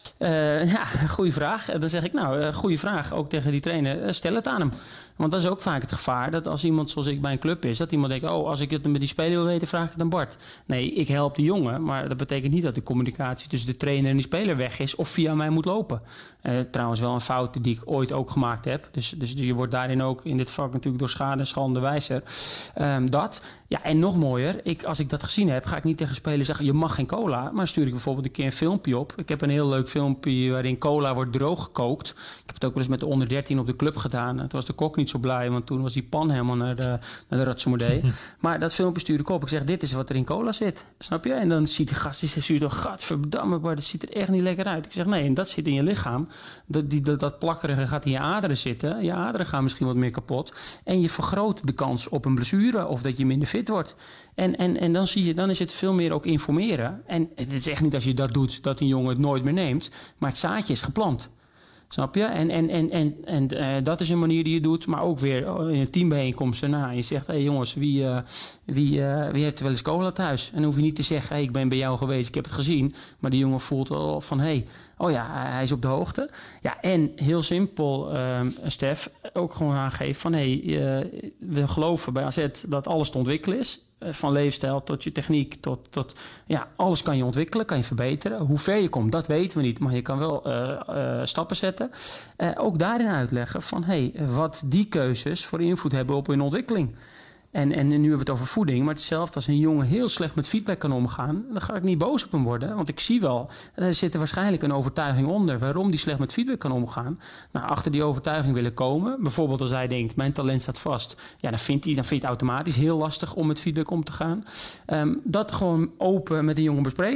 Uh, ja, goede vraag. Dan zeg ik, nou, uh, goede vraag. Ook tegen die trainer, uh, stel het aan hem. Want dat is ook vaak het gevaar, dat als iemand zoals ik bij een club is... dat iemand denkt, oh, als ik het met die speler wil weten, vraag ik het aan Bart. Nee, ik help die jongen, maar dat betekent niet dat de communicatie... tussen de trainer en die speler weg is of via mij moet lopen. Uh, trouwens wel een fout die ik ooit ook gemaakt heb. Dus, dus je wordt daarin ook in dit vak natuurlijk door schade en schande wijzer. Um, dat. Ja, en nog mooier, ik, als ik dat gezien heb, ga ik niet tegen spelers zeggen... je mag geen cola, maar stuur ik bijvoorbeeld een keer een filmpje op. Ik heb een heel leuk filmpje waarin cola wordt droog gekookt. Ik heb het ook wel eens met de onder dertien op de club gedaan. Het was de kok niet zo blij, want toen was die pan helemaal naar de, naar de Ratsumodee. Maar dat filmpje stuurde ik op. Ik zeg, dit is wat er in cola zit. Snap je? En dan ziet de gast, die zegt, gadverdamme, maar dat ziet er echt niet lekker uit. Ik zeg, nee, en dat zit in je lichaam. Dat, die, dat, dat plakkerige gaat in je aderen zitten. Je aderen gaan misschien wat meer kapot. En je vergroot de kans op een blessure of dat je minder fit wordt. En, en, en dan, zie je, dan is het veel meer ook informeren. En het is echt niet als je dat doet, dat een jongen het nooit meer neemt. Maar het zaadje is geplant. Snap je? En, en, en, en, en uh, dat is een manier die je doet. Maar ook weer in een teambijeenkomst daarna. Je zegt, hé hey jongens, wie, uh, wie, uh, wie heeft er wel eens cola thuis? En dan hoef je niet te zeggen, hey, ik ben bij jou geweest, ik heb het gezien. Maar die jongen voelt al van, hé, hey, oh ja, hij is op de hoogte. Ja, en heel simpel, uh, Stef, ook gewoon aangeven van, hé, hey, uh, we geloven bij A Z dat alles te ontwikkelen is. Van leefstijl tot je techniek, tot, tot ja, alles kan je ontwikkelen, kan je verbeteren. Hoe ver je komt, dat weten we niet, maar je kan wel uh, uh, stappen zetten. Uh, ook daarin uitleggen van, hé, hey, wat die keuzes voor invloed hebben op hun ontwikkeling. En, en nu hebben we het over voeding, maar hetzelfde als een jongen heel slecht met feedback kan omgaan, dan ga ik niet boos op hem worden, want ik zie wel, er zit er waarschijnlijk een overtuiging onder waarom die slecht met feedback kan omgaan. Nou, achter die overtuiging willen komen, bijvoorbeeld als hij denkt, mijn talent staat vast, ja, dan vindt hij, dan vindt hij automatisch heel lastig om met feedback om te gaan. Um, dat gewoon open met een jongen bespreken.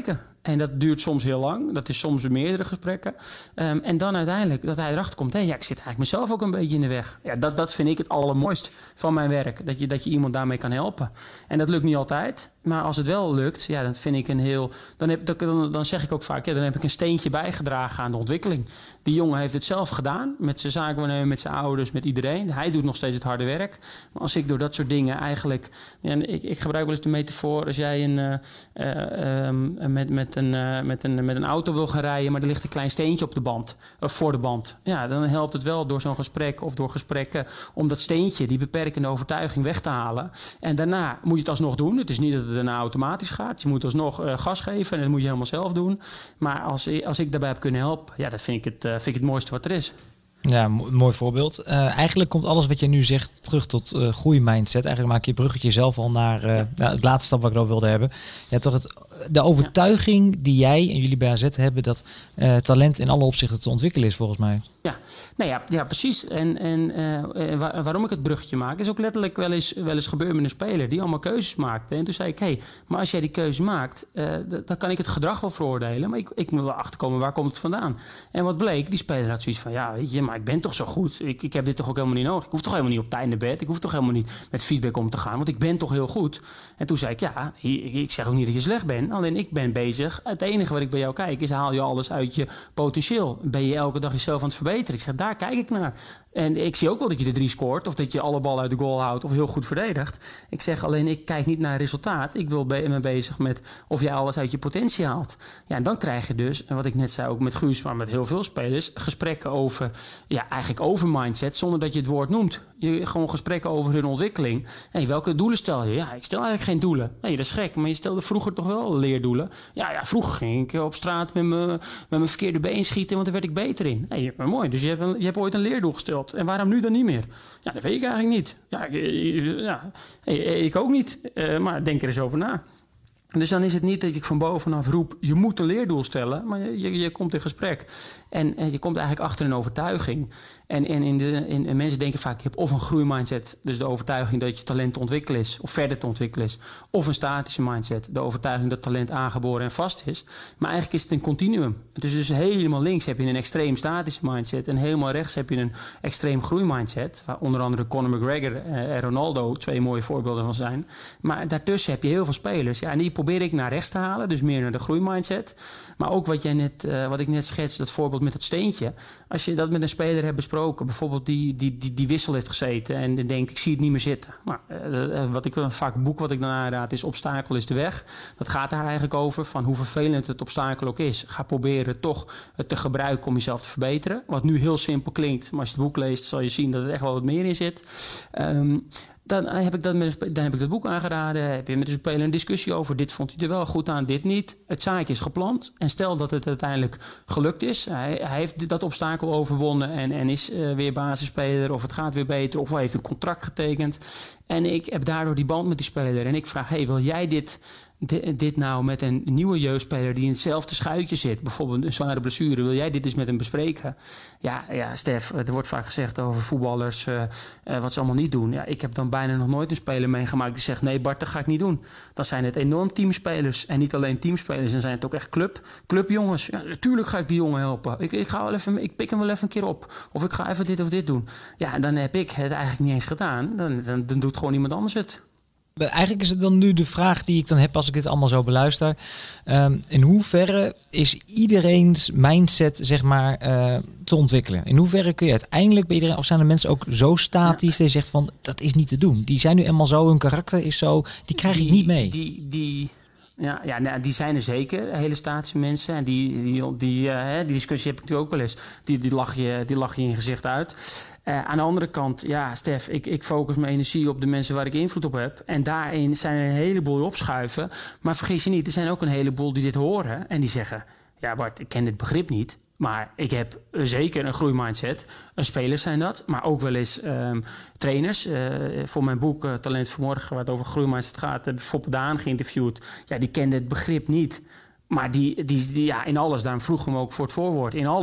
En dat duurt soms heel lang. Dat is soms meerdere gesprekken. Um, en dan uiteindelijk dat hij erachter komt... hé, ja, ik zit eigenlijk mezelf ook een beetje in de weg. Ja, dat, dat vind ik het allermooist van mijn werk. Dat je, dat je iemand daarmee kan helpen. En dat lukt niet altijd. Maar als het wel lukt, ja, dan vind ik een heel... Dan, heb, dan, dan zeg ik ook vaak, ja, dan heb ik een steentje bijgedragen aan de ontwikkeling. Die jongen heeft het zelf gedaan. Met zijn zakenwaarnemer, met zijn ouders, met iedereen. Hij doet nog steeds het harde werk. Maar als ik door dat soort dingen eigenlijk... Ja, ik, ik gebruik wel eens de metafoor... als jij een, uh, uh, um, met, met, een, uh, met, een, met een auto wil gaan rijden... maar er ligt een klein steentje op de band, of voor de band. Ja, dan helpt het wel door zo'n gesprek of door gesprekken... om dat steentje, die beperkende overtuiging weg te halen. En daarna moet je het alsnog doen. Het is niet dat het daarna automatisch gaat. Je moet alsnog uh, gas geven en dat moet je helemaal zelf doen. Maar als, als ik daarbij heb kunnen helpen... ja, dat vind ik het, uh, vind ik het mooiste wat er is. Ja, mo- mooi voorbeeld. Uh, eigenlijk komt alles wat je nu zegt terug tot uh, groeimindset. Eigenlijk maak je het bruggetje zelf al naar uh, nou, het laatste stap wat ik erover wilde hebben. Ja, toch het, de overtuiging die jij en jullie bij A Z hebben... dat uh, talent in alle opzichten te ontwikkelen is, volgens mij. Ja, nou ja, ja precies. En, en uh, waar, waarom ik het bruggetje maak... is ook letterlijk wel eens, wel eens gebeurd met een speler... die allemaal keuzes maakte. En toen zei ik, hé, hey, maar als jij die keuze maakt... Uh, d- dan kan ik het gedrag wel veroordelen... maar ik, ik moet wel achterkomen, waar komt het vandaan? En wat bleek, die speler had zoiets van... ja, weet je, maar ik ben toch zo goed. Ik, ik heb dit toch ook helemaal niet nodig. Ik hoef toch helemaal niet op tijd naar bed. Ik hoef toch helemaal niet met feedback om te gaan... want ik ben toch heel goed. En toen zei ik, ja, ik zeg ook niet dat je slecht bent... alleen ik ben bezig. Het enige wat ik bij jou kijk... is haal je alles uit je potentieel. Ben je elke dag jezelf aan het verbeteren? Ik zeg, daar kijk ik naar. En ik zie ook wel dat je de drie scoort... of dat je alle ballen uit de goal houdt... of heel goed verdedigt. Ik zeg alleen, ik kijk niet naar resultaat. Ik wil be- me bezig met of jij alles uit je potentie haalt. Ja, en dan krijg je dus, en wat ik net zei ook met Guus... maar met heel veel spelers, gesprekken over... ja, eigenlijk over mindset, zonder dat je het woord noemt. Je, gewoon gesprekken over hun ontwikkeling. Hey, welke doelen stel je? Ja, ik stel eigenlijk geen doelen. Nee, dat is gek, maar je stelde vroeger toch wel leerdoelen. Ja, ja, vroeger ging ik op straat met mijn met mijn verkeerde been schieten... want daar werd ik beter in. Nee, maar mooi, dus je hebt, een, je hebt ooit een leerdoel gesteld. En waarom nu dan niet meer? Ja, dat weet ik eigenlijk niet. Ja, ik, ja, ik ook niet. Uh, maar denk er eens over na. Dus dan is het niet dat ik van bovenaf roep... je moet een leerdoel stellen, maar je, je, je komt in gesprek. En, en je komt eigenlijk achter een overtuiging. En, en, in de, in, en mensen denken vaak... je hebt of een groeimindset, dus de overtuiging... dat je talent te ontwikkelen is, of verder te ontwikkelen is... of een statische mindset, de overtuiging dat talent aangeboren en vast is. Maar eigenlijk is het een continuum. Dus, dus helemaal links heb je een extreem statische mindset... en helemaal rechts heb je een extreem groeimindset... waar onder andere Conor McGregor en Ronaldo... twee mooie voorbeelden van zijn. Maar daartussen heb je heel veel spelers... Ja, en die probeer ik naar rechts te halen, dus meer naar de groeimindset. Maar ook wat, jij net, uh, wat ik net schets, dat voorbeeld met het steentje. Als je dat met een speler hebt besproken, bijvoorbeeld die, die, die, die wissel heeft gezeten... en denkt, ik zie het niet meer zitten. Maar uh, wat ik vaak een boek wat ik dan aanraad is Obstakel is de weg. Dat gaat daar eigenlijk over, van hoe vervelend het obstakel ook is. Ga proberen toch het te gebruiken om jezelf te verbeteren. Wat nu heel simpel klinkt, maar als je het boek leest... zal je zien dat er echt wel wat meer in zit. Um, Dan heb, ik dat met, dan heb ik dat boek aangeraden. Heb je met de speler een discussie over. Dit vond hij er wel goed aan, dit niet. Het zaadje is geplant. En stel dat het uiteindelijk gelukt is. Hij, hij heeft dat obstakel overwonnen. En, en is uh, weer basisspeler. Of het gaat weer beter. Of hij heeft een contract getekend. En ik heb daardoor die band met die speler. En ik vraag, hey, wil jij dit... dit nou met een nieuwe jeugdspeler die in hetzelfde schuitje zit, bijvoorbeeld een zware blessure, wil jij dit eens met hem bespreken? Ja, ja, Stef, er wordt vaak gezegd over voetballers uh, uh, wat ze allemaal niet doen. Ja, ik heb dan bijna nog nooit een speler meegemaakt die zegt, nee Bart, dat ga ik niet doen. Dan zijn het enorm teamspelers en niet alleen teamspelers, dan zijn het ook echt club, clubjongens. Ja, natuurlijk ga ik die jongen helpen. Ik, ik, ga wel even, ik pik hem wel even een keer op. Of ik ga even dit of dit doen. Ja, en dan heb ik het eigenlijk niet eens gedaan. Dan, dan, dan doet gewoon iemand anders het. Eigenlijk is het dan nu de vraag die ik dan heb als ik dit allemaal zo beluister. Um, in hoeverre is iedereen's mindset, zeg maar, uh, te ontwikkelen? In hoeverre kun je uiteindelijk bij iedereen... of zijn de mensen ook zo statisch, ja, dat je zegt van, dat is niet te doen. Die zijn nu eenmaal zo, hun karakter is zo, die krijg ik niet mee. Die, die, ja, ja nou, die zijn er zeker, hele statische mensen. En die, die, die, uh, die discussie heb ik natuurlijk ook wel eens. Die, die, lach je, die lach je in je gezicht uit. Uh, aan de andere kant, ja, Stef, ik, ik focus mijn energie op de mensen waar ik invloed op heb. En daarin zijn er een heleboel opschuiven. Maar vergis je niet, er zijn ook een heleboel die dit horen en die zeggen... ja Bart, ik ken dit begrip niet, maar ik heb zeker een groeimindset. Een spelers zijn dat, maar ook wel eens um, trainers. Uh, voor mijn boek uh, Talent voor Morgen, waar het over groeimindset gaat... heb ik Foppe Daan geïnterviewd. Ja, die kende het begrip niet. Maar die, die, die, ja, in alles, daarom vroegen we hem ook voor het voorwoord... in alles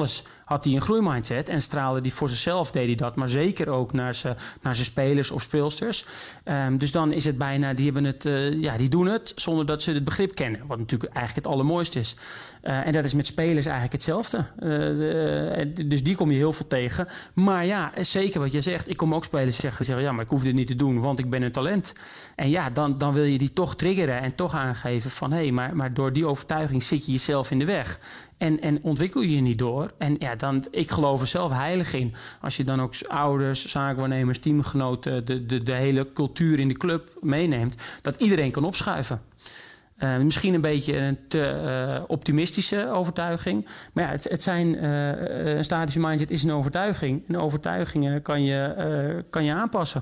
had hij een groeimindset en straalde die voor zichzelf, deed hij dat, maar zeker ook naar zijn naar zijn spelers of speelsters. Um, dus dan is het bijna, die hebben het, uh, ja, die doen het zonder dat ze het begrip kennen, wat natuurlijk eigenlijk het allermooiste is. Uh, en dat is met spelers eigenlijk hetzelfde. Uh, de, dus die kom je heel veel tegen. Maar ja, zeker wat je zegt, ik kom ook spelers zeggen, zeggen ja, maar ik hoef dit niet te doen, want ik ben een talent. En ja, dan, dan wil je die toch triggeren en toch aangeven van hé, hey, maar, maar door die overtuiging zit je jezelf in de weg. En, en ontwikkel je je niet door. En ja, dan, ik geloof er zelf heilig in. Als je dan ook ouders, zaakwaarnemers, teamgenoten, de, de, de hele cultuur in de club meeneemt, dat iedereen kan opschuiven. Uh, misschien een beetje een te uh, optimistische overtuiging. Maar ja, het, het zijn, uh, een statische mindset is een overtuiging. En overtuigingen kan je, uh, kan je aanpassen.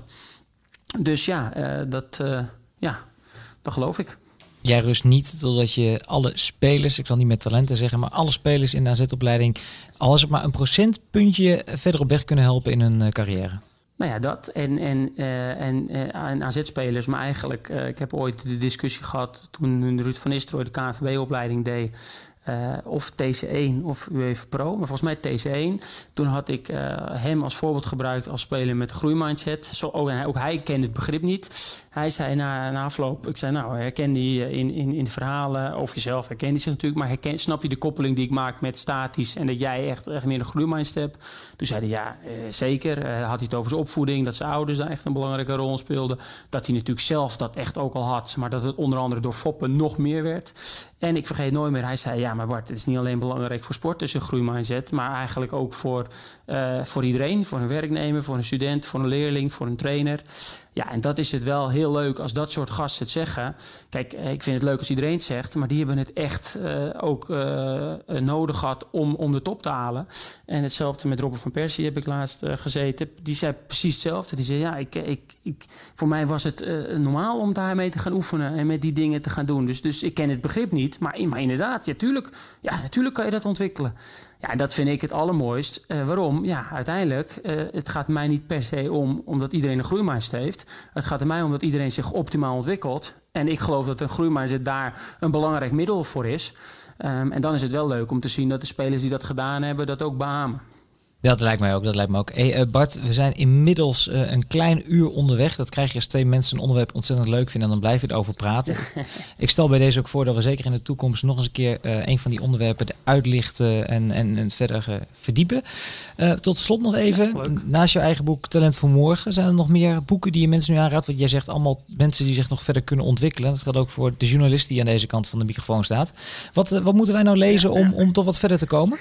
Dus ja, uh, dat, uh, ja, dat geloof ik. Jij rust niet totdat je alle spelers, ik zal niet met talenten zeggen, maar alle spelers in de A Z-opleiding, al is het maar een procentpuntje, verder op weg kunnen helpen in hun uh, carrière. Nou ja, dat en, en, uh, en, uh, en A Z-spelers, maar eigenlijk, uh, ik heb ooit de discussie gehad toen Ruud van Nistelrooy de K N V B-opleiding deed, uh, of T C één of UEFA Pro, maar volgens mij T C één. Toen had ik uh, hem als voorbeeld gebruikt als speler met een groeimindset. Zo, ook, ook hij kende het begrip niet. Hij zei na, na afloop, ik zei nou, herken die in, in, in de verhalen over jezelf, herken die zich natuurlijk, maar herken, snap je de koppeling die ik maak met statisch en dat jij echt, echt meer een groeimindset hebt? Toen zei hij ja, eh, zeker. Uh, had hij het over zijn opvoeding, dat zijn ouders daar echt een belangrijke rol in speelden. Dat hij natuurlijk zelf dat echt ook al had, maar dat het onder andere door Foppen nog meer werd. En ik vergeet nooit meer, hij zei ja, maar Bart, het is niet alleen belangrijk voor sporters een groeimindset, maar eigenlijk ook voor, uh, voor iedereen, voor een werknemer, voor een student, voor een leerling, voor een trainer. Ja, en dat is het wel heel leuk als dat soort gasten het zeggen. Kijk, ik vind het leuk als iedereen het zegt, maar die hebben het echt uh, ook uh, nodig gehad om, om de top te halen. En hetzelfde met Robert van Persie heb ik laatst uh, gezeten. Die zei precies hetzelfde. Die zei, ja, ik, ik, ik, voor mij was het uh, normaal om daarmee te gaan oefenen en met die dingen te gaan doen. Dus, dus ik ken het begrip niet, maar, maar inderdaad, ja, tuurlijk, ja, natuurlijk kan je dat ontwikkelen. Ja, en dat vind ik het allermooist. Uh, waarom? Ja, uiteindelijk, uh, het gaat mij niet per se om omdat iedereen een groeimindset heeft. Het gaat er mij om dat iedereen zich optimaal ontwikkelt. En ik geloof dat een groeimindset daar een belangrijk middel voor is. Um, en dan is het wel leuk om te zien dat de spelers die dat gedaan hebben, dat ook beamen. Dat lijkt mij ook, dat lijkt me ook. Hey, uh, Bart, we zijn inmiddels uh, een klein uur onderweg. Dat krijg je als twee mensen een onderwerp ontzettend leuk vinden en dan blijf je erover praten. Ik stel bij deze ook voor dat we zeker in de toekomst nog eens een keer uh, een van die onderwerpen uitlichten en, en, en verder uh, verdiepen. Uh, tot slot nog even, ja, naast jouw eigen boek Talent voor Morgen, zijn er nog meer boeken die je mensen nu aanraadt? Want jij zegt allemaal mensen die zich nog verder kunnen ontwikkelen. Dat geldt ook voor de journalist die aan deze kant van de microfoon staat. Wat, uh, wat moeten wij nou lezen ja, ja. om, om toch wat verder te komen?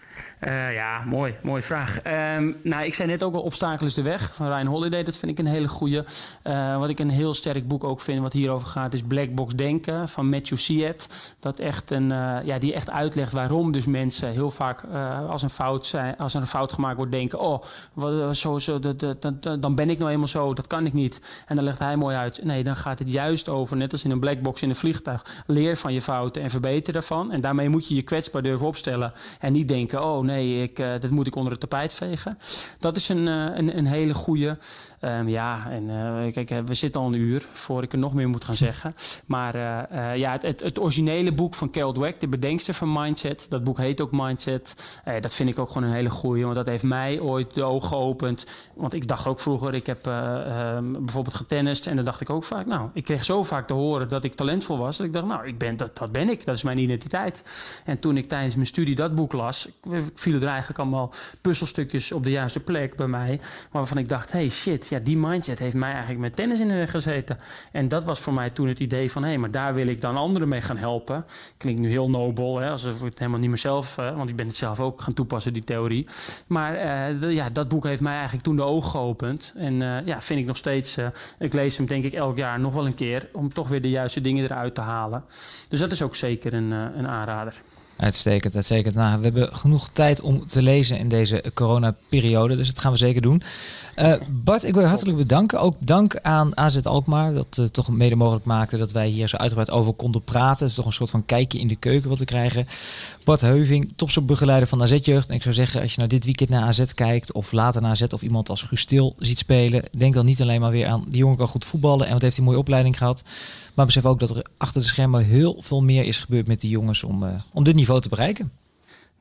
Uh, ja, mooi, mooie vraag. Um, nou, ik zei net ook al Obstakel is de weg van Ryan Holiday. Dat vind ik een hele goeie. Uh, wat ik een heel sterk boek ook vind, wat hierover gaat, is Black Box Denken van Matthew Syed. Dat echt een, uh, ja, die echt uitlegt waarom dus mensen heel vaak uh, als, een fout zijn, als er een fout gemaakt wordt denken, oh, wat, zo, zo, dat, dat, dat, dan ben ik nou eenmaal zo, dat kan ik niet. En dan legt hij mooi uit. Nee, dan gaat het juist over, net als in een black box in een vliegtuig, leer van je fouten en verbeter daarvan. En daarmee moet je je kwetsbaar durven opstellen en niet denken, oh nee, ik, uh, dat moet ik onder het tapijt vegen. Dat is een, uh, een, een hele goeie. Um, ja, en uh, kijk, we zitten al een uur voor ik er nog meer moet gaan zeggen. Maar uh, uh, ja, het, het, het originele boek van Carol Dweck, de bedenkster van Mindset, dat boek heet ook Mindset. Uh, dat vind ik ook gewoon een hele goeie, want dat heeft mij ooit de ogen geopend. Want ik dacht ook vroeger, ik heb uh, uh, bijvoorbeeld getennist en dan dacht ik ook vaak, nou, ik kreeg zo vaak te horen dat ik talentvol was, dat ik dacht, nou, ik ben, dat, dat ben ik, dat is mijn identiteit. En toen ik tijdens mijn studie dat boek las, vielen er eigenlijk allemaal puzzelstukjes op de juiste plek bij mij, waarvan ik dacht, hey shit, ja, die mindset heeft mij eigenlijk met tennis in de weg gezeten. En dat was voor mij toen het idee van, hé, hey, maar daar wil ik dan anderen mee gaan helpen. Klinkt nu heel nobel, hè, alsof ik het helemaal niet meer zelf, uh, want ik ben het zelf ook gaan toepassen, die theorie. Maar uh, de, ja, dat boek heeft mij eigenlijk toen de ogen geopend. En uh, ja, vind ik nog steeds, uh, ik lees hem denk ik elk jaar nog wel een keer, om toch weer de juiste dingen eruit te halen. Dus dat is ook zeker een, uh, een aanrader. Uitstekend, uitstekend. Nou, we hebben genoeg tijd om te lezen in deze coronaperiode, dus dat gaan we zeker doen. Uh, Bart, ik wil je hartelijk bedanken. Ook dank aan A Z Alkmaar, dat uh, toch mede mogelijk maakte dat wij hier zo uitgebreid over konden praten. Het is toch een soort van kijkje in de keuken wat we krijgen. Bart Heuving, topsportbegeleider van A Z-jeugd. En ik zou zeggen, als je nou dit weekend naar A Z kijkt of later naar A Z of iemand als Guus Til ziet spelen, denk dan niet alleen maar weer aan, die jongen kan goed voetballen en wat heeft hij een mooie opleiding gehad. Maar besef ook dat er achter de schermen heel veel meer is gebeurd met die jongens om, uh, om dit niveau te bereiken.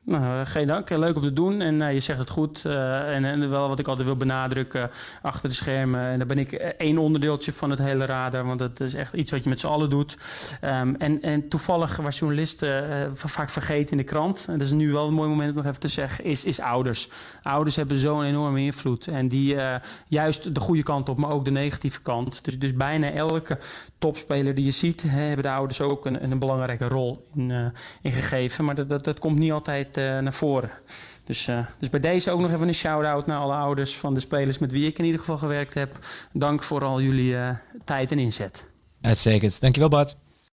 Nou, geen dank. Leuk om te doen. En uh, je zegt het goed. Uh, en, en wel wat ik altijd wil benadrukken, uh, achter de schermen. En daar ben ik één onderdeeltje van het hele radar. Want dat is echt iets wat je met z'n allen doet. Um, en, en toevallig was journalisten uh, vaak vergeten in de krant. En dat is nu wel een mooi moment om nog even te zeggen. Is, is ouders. Ouders hebben zo'n enorme invloed. En die uh, juist de goede kant op, maar ook de negatieve kant. Dus, dus bijna elke topspeler die je ziet, hè, hebben de ouders ook een, een belangrijke rol in, uh, in gegeven. Maar dat, dat, dat komt niet altijd uh, naar voren. Dus, uh, dus bij deze ook nog even een shout-out naar alle ouders van de spelers met wie ik in ieder geval gewerkt heb. Dank voor al jullie uh, tijd en inzet. Uitstekend. Dankjewel, Bart.